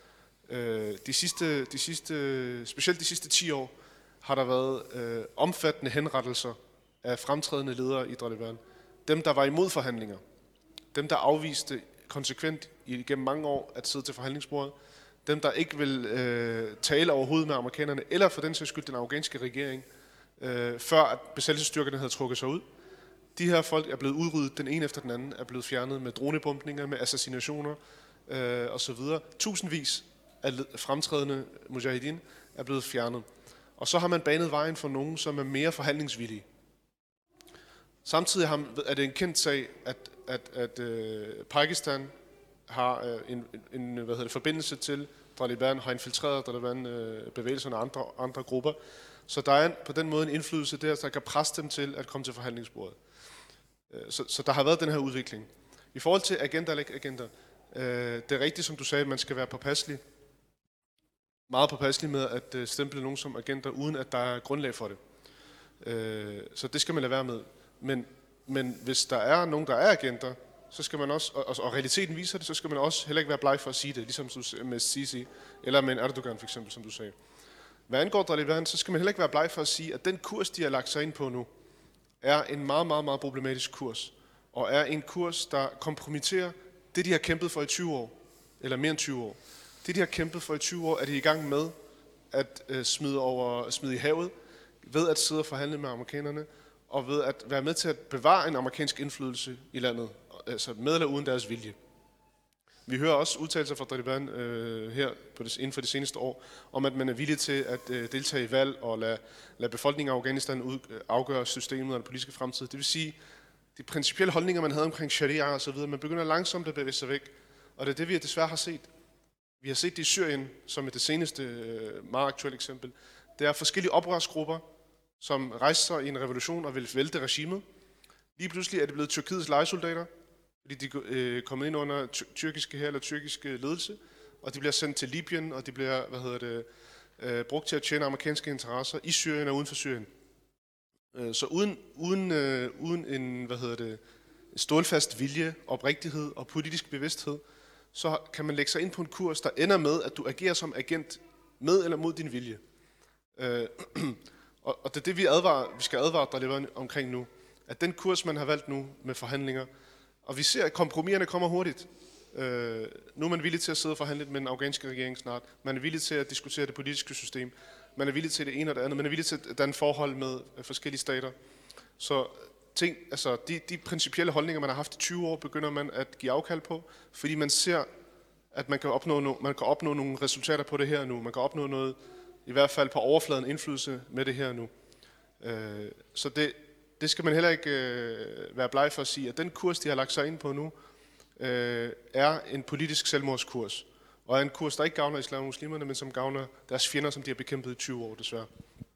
Specielt de sidste 10 år har der været omfattende henrettelser af fremtrædende ledere i Taliban. Dem, der var imod forhandlinger. Dem, der afviste konsekvent igennem mange år at sidde til forhandlingsbordet. Dem, der ikke vil tale overhovedet med amerikanerne, eller for den sags skyld den afghanske regering, før at besættelsesstyrkerne havde trukket sig ud. De her folk er blevet udryddet, den ene efter den anden, er blevet fjernet med dronebombninger, med assassinationer osv. Tusindvis af fremtrædende mujahedin er blevet fjernet. Og så har man banet vejen for nogen, som er mere forhandlingsvillige. Samtidig er det en kendt sag, at Pakistan har en forbindelse til Taliban, har infiltreret Taliban-bevægelserne og andre grupper. Så der er på den måde en indflydelse der kan presse dem til at komme til forhandlingsbordet. Så der har været den her udvikling. I forhold til agenda eller ikke agenda, det er rigtigt, som du sagde, at man skal være påpasselig. meget påpasselige med at stemple nogen som agenter, uden at der er grundlag for det. Så det skal man lade være med. Men hvis der er nogen, der er agenter, så skal man også, og realiteten viser det, så skal man også heller ikke være bleg for at sige det, ligesom med Sisi, eller med Erdogan for eksempel, som du sagde. Hvad angår Taliban, så skal man heller ikke være bleg for at sige, at den kurs, de har lagt sig ind på nu, er en meget, meget, meget problematisk kurs, og er en kurs, der kompromitterer det, de har kæmpet for i 20 år, eller mere end 20 år. Det, de har kæmpet for i 20 år, er de i gang med at smide i havet, ved at sidde og forhandle med amerikanerne, og ved at være med til at bevare en amerikansk indflydelse i landet, altså med eller uden deres vilje. Vi hører også udtalelser fra Taliban her inden for de seneste år, om at man er villig til at deltage i valg og lade befolkningen af Afghanistan afgøre systemet og den politiske fremtid. Det vil sige, de principielle holdninger, man havde omkring sharia og så videre, man begynder langsomt at bevæge sig væk. Og det er det, vi desværre har set. Vi har set det i Syrien, som er det seneste meget aktuelle eksempel. Der er forskellige oprørsgrupper, som rejser sig i en revolution og vil vælte regimet. Lige pludselig er det blevet Tyrkiets lejesoldater, fordi de er kommet ind under tyrkiske hær eller tyrkiske ledelse, og de bliver sendt til Libyen, og de bliver brugt til at tjene amerikanske interesser i Syrien og uden for Syrien. Så uden en stålfast vilje, oprigtighed og politisk bevidsthed, så kan man lægge sig ind på en kurs, der ender med, at du agerer som agent med eller mod din vilje. Og det er det, vi skal advare Taliban omkring nu. At den kurs, man har valgt nu med forhandlinger, og vi ser, at kompromiserne kommer hurtigt. Nu er man villig til at sidde og forhandle med den afghanske regering snart. Man er villig til at diskutere det politiske system. Man er villig til det ene og det andet. Man er villig til at danne forhold med forskellige stater. Så de principielle holdninger, man har haft i 20 år, begynder man at give afkald på, fordi man ser, at man kan opnå nogle resultater på det her nu. Man kan opnå noget, i hvert fald på overfladen, indflydelse med det her nu. Så det skal man heller ikke være bleg for at sige, at den kurs, de har lagt sig ind på nu, er en politisk selvmordskurs. Og er en kurs, der ikke gavner islam og muslimerne, men som gavner deres fjender, som de har bekæmpet i 20 år, desværre.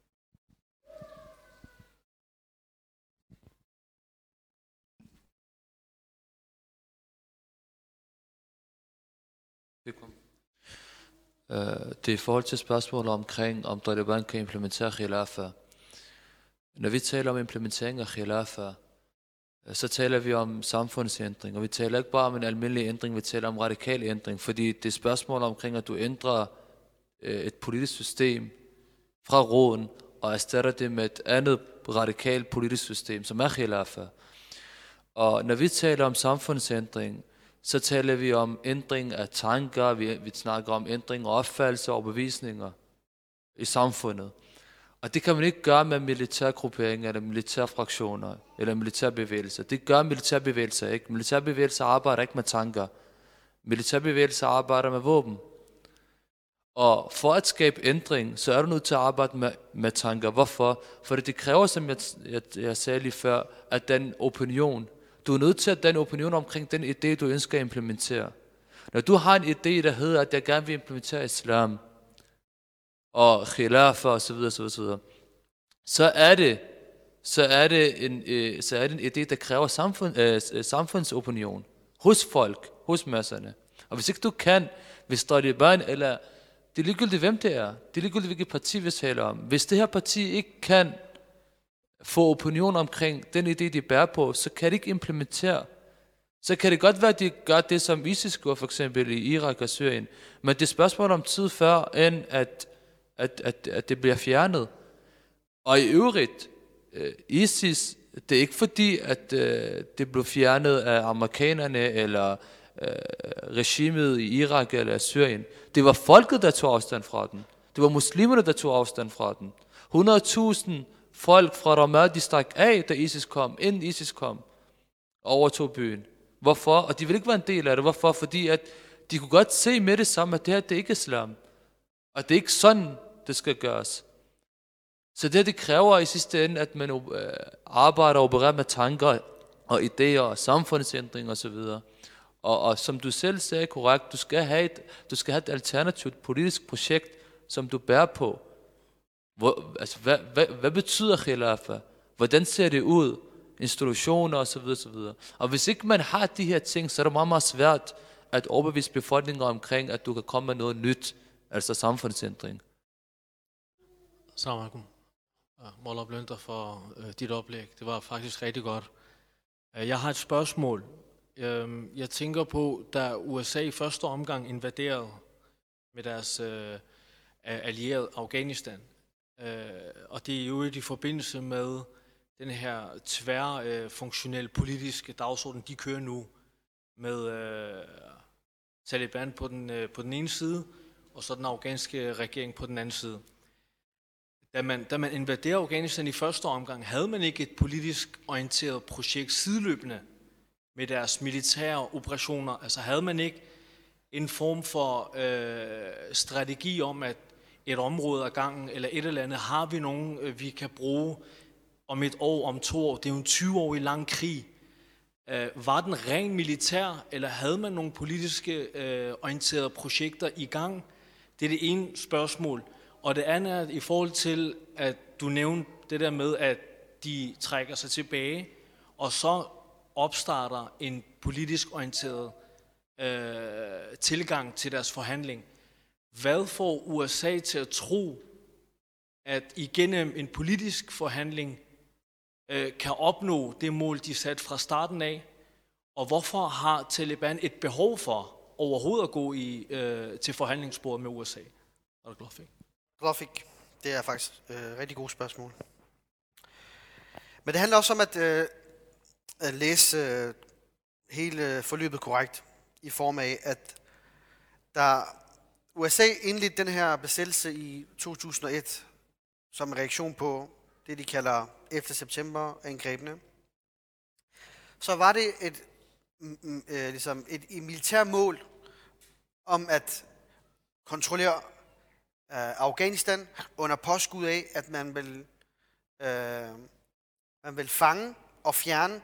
Det er i forhold til spørgsmålet omkring, om Taliban kan implementere khilafa. Når vi taler om implementering af khilafa, så taler vi om samfundsændring, og vi taler ikke bare om en almindelig ændring, vi taler om radikal ændring, fordi det er spørgsmål omkring, at du ændrer et politisk system fra roden og erstatter det med et andet radikalt politisk system, som er khilafa. Og når vi taler om samfundsændring, så taler vi om ændring af tanker, vi snakker om ændring af opfattelser og overbevisninger i samfundet. Og det kan man ikke gøre med militærgrupperinger, eller militærfraktioner, eller militærbevægelser. Det gør militærbevægelser ikke. Militærbevægelser arbejder ikke med tanker. Militærbevægelser arbejder med våben. Og for at skabe ændring, så er du nødt til at arbejde med tanker. Hvorfor? Fordi det kræver, som jeg sagde lige før, at den opinion, du er nødt til at danne opinion omkring den idé, du ønsker at implementere. Når du har en idé, der hedder, at jeg gerne vil implementere islam, og khilafa og så videre, så er det en idé, der kræver samfundsopinion hos folk, hos masserne. Og hvis ikke du kan, hvis Taliban, eller det er ligegyldigt, hvem det er, det er ligegyldigt, hvilket parti vi taler om. Hvis det her parti ikke kan få opinion omkring den idé, de bærer på, så kan de ikke implementere. Så kan det godt være, at de gør det, som ISIS gjorde for eksempel i Irak og Syrien. Men det er spørgsmål om tid før, end at det bliver fjernet. Og i øvrigt, ISIS, det er ikke fordi, at det blev fjernet af amerikanerne eller regimet i Irak eller Syrien. Det var folket, der tog afstand fra den. Det var muslimerne, der tog afstand fra den. 100.000 folk fra Ramadi, de stak af, da ISIS kom, inden ISIS kom, og overtog byen. Hvorfor? Og de ville ikke være en del af det. Hvorfor? Fordi at de kunne godt se med det samme, at det her, det er ikke islam. Og det er ikke sådan, det skal gøres. Så det kræver i sidste ende, at man arbejder og opererer med tanker og idéer og samfundsændring osv. Og som du selv sagde korrekt, du skal have et alternativt politisk projekt, som du bærer på. Hvad betyder khilafa? Hvordan ser det ud? Institutioner osv. Og hvis ikke man har de her ting, så er det meget, meget svært at overbevise befolkningen omkring, at du kan komme med noget nyt altså samfundsændring. Assalamu alaikum. Mollah Blønder for dit oplæg. Det var faktisk rigtig godt. Jeg har et spørgsmål. Jeg tænker på, da USA i første omgang invaderede med deres allierede Afghanistan, og det er jo i forbindelse med den her tværfunktionelle politiske dagsorden, de kører nu med Taliban på den ene side, og så den afghanske regering på den anden side. Da man invaderede Afghanistan i første omgang, havde man ikke et politisk orienteret projekt sideløbende med deres militære operationer. Altså havde man ikke en form for strategi om, at et område ad gangen eller et eller andet, har vi nogen, vi kan bruge om et år, om 2 år. Det er jo en 20-årig lang krig. Var den ren militær, eller havde man nogle politiske orienterede projekter i gang? Det er det ene spørgsmål. Og det andet er i forhold til, at du nævnte det der med, at de trækker sig tilbage, og så opstarter en politisk orienteret tilgang til deres forhandling. Hvad får USA til at tro, at igennem en politisk forhandling kan opnå det mål, de satte fra starten af? Og hvorfor har Taliban et behov for overhovedet at gå til forhandlingsbordet med USA? Glofik. Det er faktisk et rigtig godt spørgsmål. Men det handler også om at læse hele forløbet korrekt, i form af, at da USA indledte den her besættelse i 2001, som reaktion på det, de kalder 11. september-angrebene, så var det et militært mål om at kontrollere Afghanistan under påskud af, at man vil fange og fjerne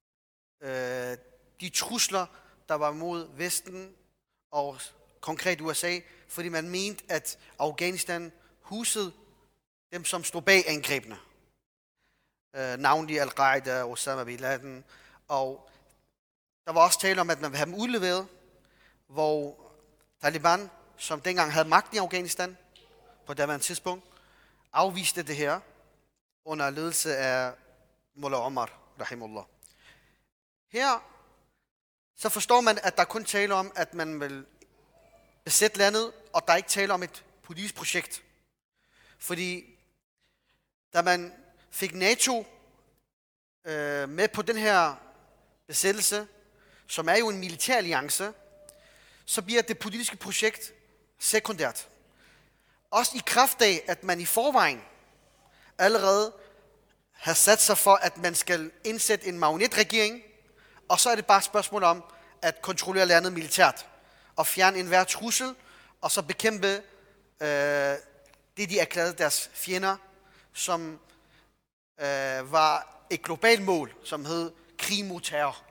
de trusler, der var mod Vesten og konkret USA, fordi man mente, at Afghanistan husede dem, som stod bag angrebene. Navnlig Al-Qaida og Osama bin Laden. Og der var også tale om, at man ville have dem udleveret, hvor Taliban, som dengang havde magten i Afghanistan, på daværende tidspunkt, afviste det her under ledelse af Mullah Omar, rahimullah. Her så forstår man, at der kun taler om, at man vil besætte landet, og der er ikke tale om et politisk projekt. Fordi da man fik NATO med på den her besættelse, som er jo en militær alliance, så bliver det politiske projekt sekundært. Også i kraft af, at man i forvejen allerede har sat sig for, at man skal indsætte en marionetregering, og så er det bare et spørgsmål om at kontrollere landet militært, og fjerne enhver trussel, og så bekæmpe det, de erklærede deres fjender, som var et globalt mål, som hed krig mod terror.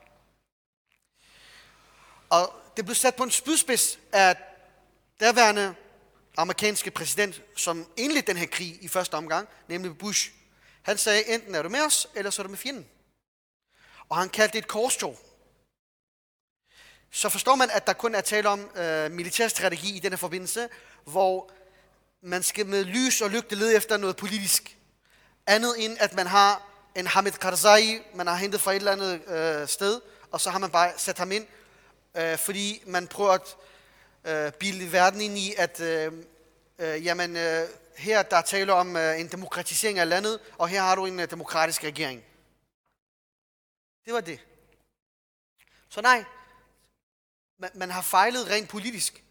Og det blev sat på en spydspids af derværende amerikanske præsident, som indledte den her krig i første omgang, nemlig Bush. Han sagde, enten er du med os, eller så er du med fjenden. Og han kaldte det et korstog. Så forstår man, at der kun er tale om militær strategi i denne forbindelse, hvor man skal med lys og lygte lede efter noget politisk. Andet end, at man har en Hamid Karzai, man har hentet fra et eller andet sted, og så har man bare sat ham ind, fordi man prøver at bilde verden ind i, at her der taler om en demokratisering af landet, og her har du en demokratisk regering. Det var det. Så nej, man har fejlet rent politisk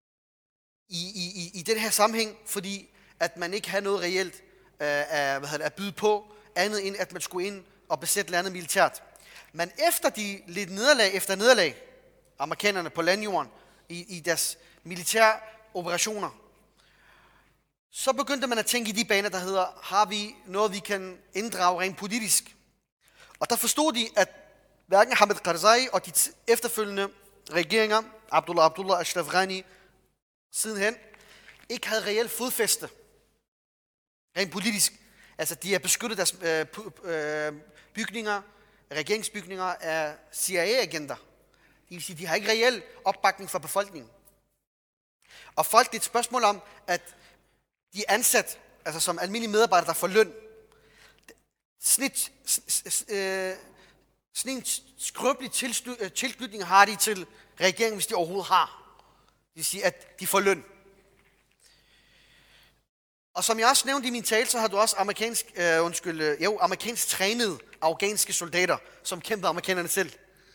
i den her sammenhæng, fordi at man ikke havde noget reelt at byde på, andet end at man skulle ind og besætte landet militært. Men efter de lidt nederlag efter nederlag, amerikanerne på landjorden, i deres militære operationer, så begyndte man at tænke i de baner, der hedder, har vi noget, vi kan inddrage rent politisk? Og der forstod de, at hverken Hamid Karzai og de efterfølgende regeringer, Abdullah Ashraf Ghani, sidenhen, ikke havde reelt fodfæste rent politisk. Altså, de har beskyttet deres bygninger, regeringsbygninger af CIA-agenter. Det vil sige, de har ikke reel opbakning fra befolkningen. Og folk, det er et spørgsmål om, at de er ansat, altså som almindelige medarbejdere, der får løn. Sådan en skrøbelig tilknytning har de til regeringen, hvis de overhovedet har. Det vil sige, at de får løn. Og som jeg også nævnte i min tale, så har du også amerikansk trænede afghanske soldater, som kæmpede amerikanerne selv.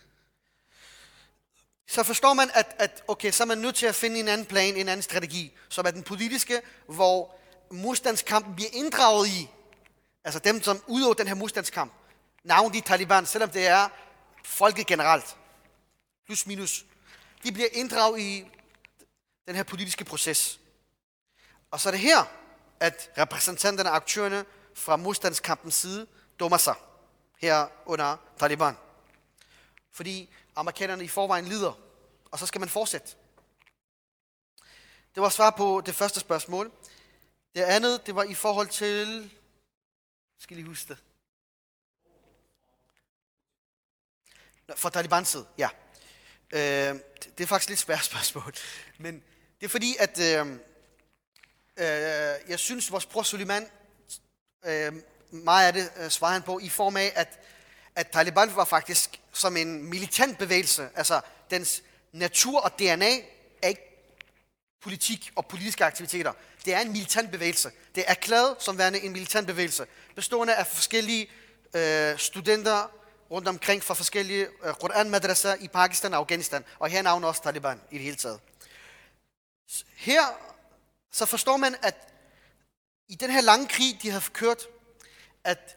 Så forstår man, at okay, så er man nødt til at finde en anden plan, en anden strategi, som er den politiske, hvor modstandskampen bliver inddraget i, altså dem, som udøver den her modstandskamp, navnlig Taliban, selvom det er folket generelt, plus minus, de bliver inddraget i den her politiske proces. Og så er det her, at repræsentanterne og aktørerne fra modstandskampens side dummer sig her under Taliban. Fordi amerikanerne i forvejen lider, og så skal man fortsætte. Det var svar på det første spørgsmål. Det andet, det var i forhold til... Skal lige huske det? For Talibans side, ja. Det er faktisk lidt svært spørgsmål. Men det er fordi, at jeg synes, vores bror Suleiman, meget af det svarer han på, i form af, at Taliban var faktisk som en militant bevægelse. Altså, dens natur og DNA er ikke politik og politiske aktiviteter. Det er en militant bevægelse. Det er erklæret som værende en militant bevægelse, bestående af forskellige studenter rundt omkring fra forskellige Quran-madrasser i Pakistan og Afghanistan. Og her navner også Taliban i det hele taget. Her så forstår man, at i den her lange krig, de havde kørt, at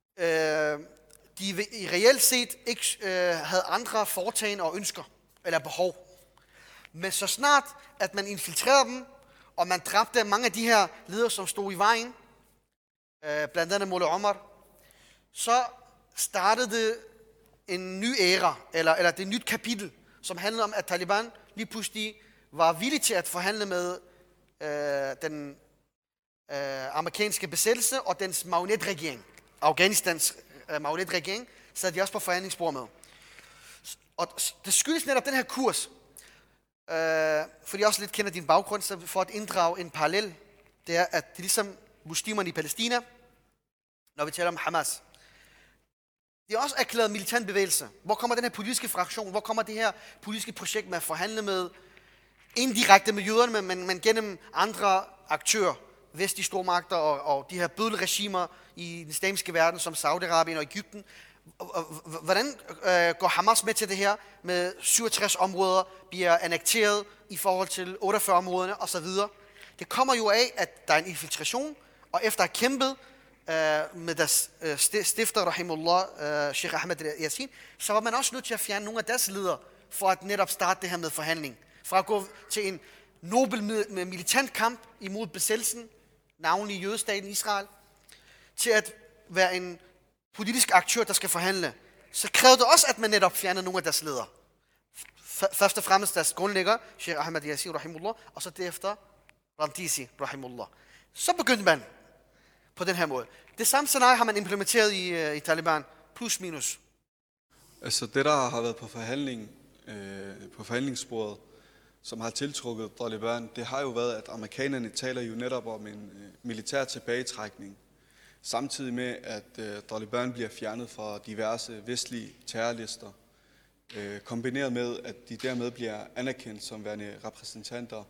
de i reelt set ikke havde andre foretagende og ønsker eller behov. Men så snart, at man infiltrerede dem, og man dræbte mange af de her ledere, som stod i vejen, blandt andet Mullah Omar, så startede det en ny æra, eller det et nyt kapitel, som handlede om, at Taliban lige pludselig var villig til at forhandle med den amerikanske besættelse og dens marionetregering, Afghanistans marionetregering, sad de også på forhandlingsbordet med. Og det skyldes netop den her kurs, fordi jeg også lidt kender din baggrund, så for at inddrage en parallel, det er, at det er ligesom muslimerne i Palæstina, når vi taler om Hamas. Det er også erklæret militant bevægelse. Hvor kommer den her politiske fraktion, hvor kommer det her politiske projekt med at forhandle med, indirekte med jøderne, men gennem andre aktører, vestlige stormagter og de her bødelregimer i den islamiske verden, som Saudi-Arabien og Egypten. Hvordan går Hamas med til det her med 67 områder, bliver annekteret i forhold til 48 områderne osv.? Det kommer jo af, at der er en infiltration, og efter at have kæmpet med deres stifter, rahimullah, Sheikh Ahmed Yassin, så var man også nødt til at fjerne nogle af deres ledere, for at netop starte det her med forhandling. Fra at gå til en nobel med militant kamp imod besættelsen, navnlig jødestaten Israel, til at være en politisk aktør, der skal forhandle, så krævede det også, at man netop fjernede nogle af deres ledere. Først og fremmest deres grundlægger, Sheikh Ahmed Yassin, rahimullah, og så derefter Rantisi, rahimullah. Så begyndte man på den her måde. Det samme scenarie har man implementeret i Taliban, plus minus. Altså det, der har været på forhandlingsbordet, som har tiltrukket Taliban, det har jo været, at amerikanerne taler jo netop om en militær tilbagetrækning, samtidig med, at Taliban bliver fjernet fra diverse vestlige terrorlister, kombineret med, at de dermed bliver anerkendt som værende repræsentanter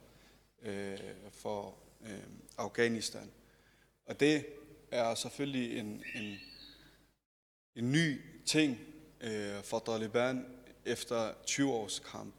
for Afghanistan. Og det er selvfølgelig en ny ting for Taliban efter 20 års kamp.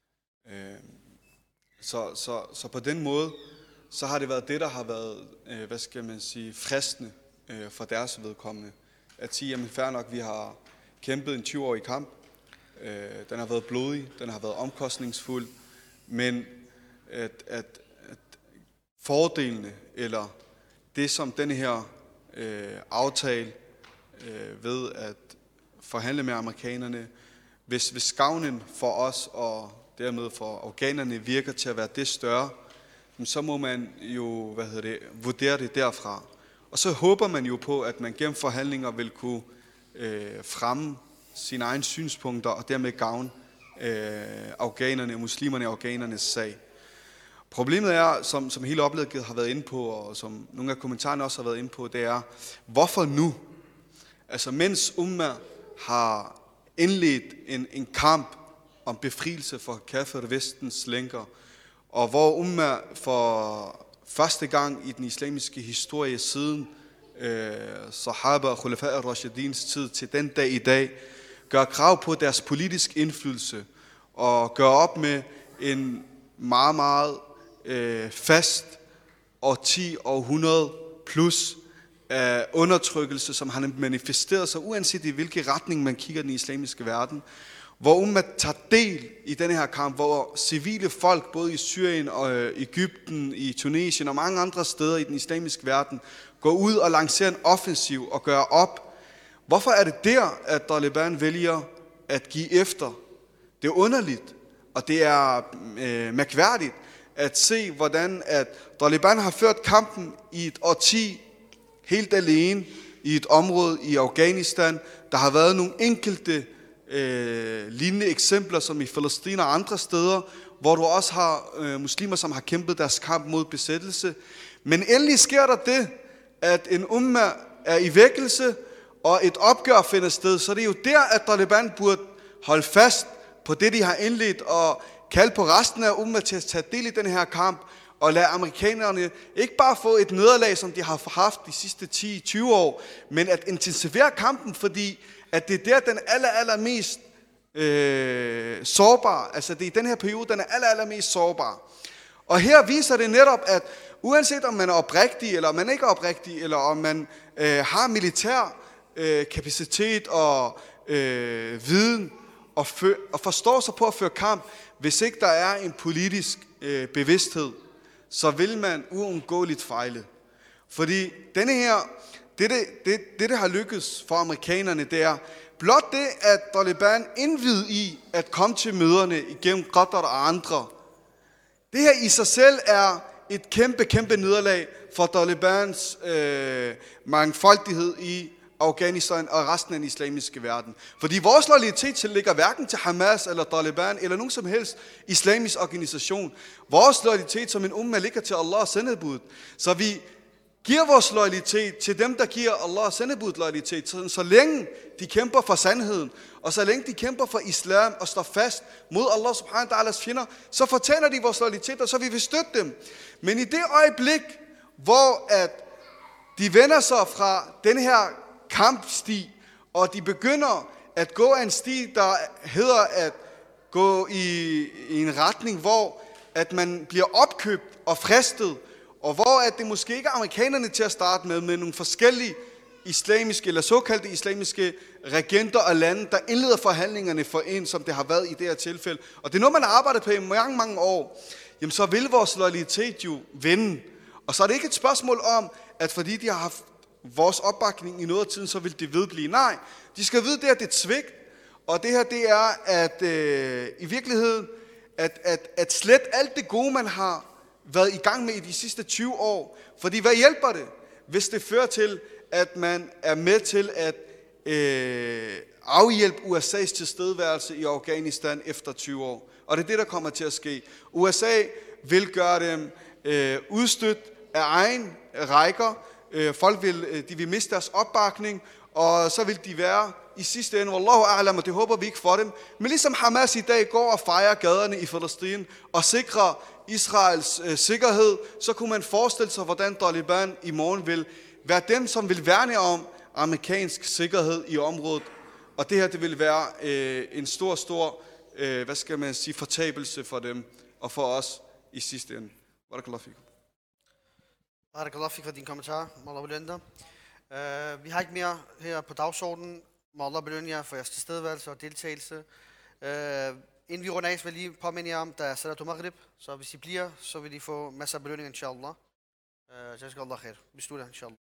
Så på den måde, så har det været det, der har været, fristende for deres vedkommende. At sige, jamen fair nok, vi har kæmpet en 20-årig kamp. Den har været blodig, den har været omkostningsfuld, men at fordelene, eller det som denne her aftale ved at forhandle med amerikanerne, hvis gavnen for os og dermed for afghanerne virker til at være det større, så må man jo vurdere det derfra. Og så håber man jo på, at man gennem forhandlinger vil kunne fremme sine egne synspunkter og dermed gavne afghanerne, muslimerne og afghanernes sag. Problemet er, som hele oplægget har været inde på, og som nogle af kommentarerne også har været inde på, det er, hvorfor nu? Altså mens Umma har indledt en kamp om befrielse for kafir vestens lænker, og hvor Umma for første gang i den islamiske historie siden Sahaba og Khulafa al-Rashidins tid til den dag i dag, gør krav på deres politisk indflydelse og gør op med en meget, meget fast årti og 100 plus af undertrykkelse, som har manifesteret sig, uanset i hvilken retning man kigger den islamiske verden, hvor Umma tager del i denne her kamp, hvor civile folk, både i Syrien og Egypten, i Tunesien og mange andre steder i den islamiske verden, går ud og lancerer en offensiv og gør op. Hvorfor er det der, at Taliban vælger at give efter? Det er underligt, og det er mærkværdigt at se, hvordan at Taliban har ført kampen i et årti helt alene i et område i Afghanistan. Der har været nogle enkelte lignende eksempler, som i Palæstina og andre steder, hvor du også har muslimer, som har kæmpet deres kamp mod besættelse. Men endelig sker der det, at en umma er i vækkelse, og et opgør finder sted. Så det er jo der, at Taliban burde holde fast på det, de har indledt, og kalde på resten af umma til at tage del i den her kamp, og lade amerikanerne ikke bare få et nederlag, som de har haft de sidste 10-20 år, men at intensivere kampen, fordi at det er der, den allermest sårbar. Altså det er i den her periode, den er allermest sårbar. Og her viser det netop, at uanset om man er oprigtig, eller om man ikke er oprigtig, eller om man har militær kapacitet og viden, og forstår sig på at føre kamp, hvis ikke der er en politisk bevidsthed, så vil man uundgåeligt fejle. Fordi denne her, det har lykkes for amerikanerne, det er blot det, at Taliban indvid i at komme til møderne igennem Qatar og andre. Det her i sig selv er et kæmpe nederlag for Talibans mangfoldighed i Afghanistan og resten af den islamiske verden. Fordi vores loyalitet ligger hverken til Hamas eller Taliban eller nogen som helst islamisk organisation. Vores loyalitet som en umma ligger til Allahs sendebud. Så vi giver vores loyalitet til dem, der giver Allahs sendebud loyalitet. Så længe de kæmper for sandheden, og så længe de kæmper for islam og står fast mod Allah subhanahu wa ta'alas fjender, så fortjener de vores loyalitet, og så vil vi støtte dem. Men i det øjeblik, hvor at de vender sig fra den her kampsti, og de begynder at gå af en sti, der hedder at gå i en retning, hvor at man bliver opkøbt og fristet, og hvor at det måske ikke er amerikanerne til at starte med nogle forskellige islamiske eller såkaldte islamiske regenter og lande, der indleder forhandlingerne for en, som det har været i det her tilfælde. Og det er noget, man har arbejdet på i mange år. Jamen så vil vores loyalitet jo vinde. Og så er det ikke et spørgsmål om, at fordi de har haft vores opbakning i noget af tiden, så vil det vedblive. Nej, de skal vide, det er et svigt. Og det her, det er at i virkeligheden, at slet alt det gode, man har været i gang med i de sidste 20 år. Fordi hvad hjælper det, hvis det fører til, at man er med til at afhjælpe USA's tilstedeværelse i Afghanistan efter 20 år. Og det er det, der kommer til at ske. USA vil gøre dem udstødt af egen rækker. Folk vil miste deres opbakning, og så vil de være i sidste ende, wallahu a'lam, og det håber vi ikke for dem. Men ligesom Hamas i dag går og fejrer gaderne i Palæstina og sikrer Israels sikkerhed, så kunne man forestille sig, hvordan Taliban i morgen vil være dem, som vil værne om amerikansk sikkerhed i området. Og det her, det vil være en stor, fortabelse for dem og for os i sidste ende. Barakallahu fikum. Barakallahu fik for din kommentar. Må Allah belønne dig. Vi har ikke mere her på dagsordenen. Må Allah belønne jer for jeres tilstedeværelse og deltagelse. Inden vi runder af, vil jeg lige påminde jer om, der er Salatul Maghrib. Så hvis I bliver, så vil I få masser af belønning, inshallah. Jazakallah khair. Vi slutter, inshallah.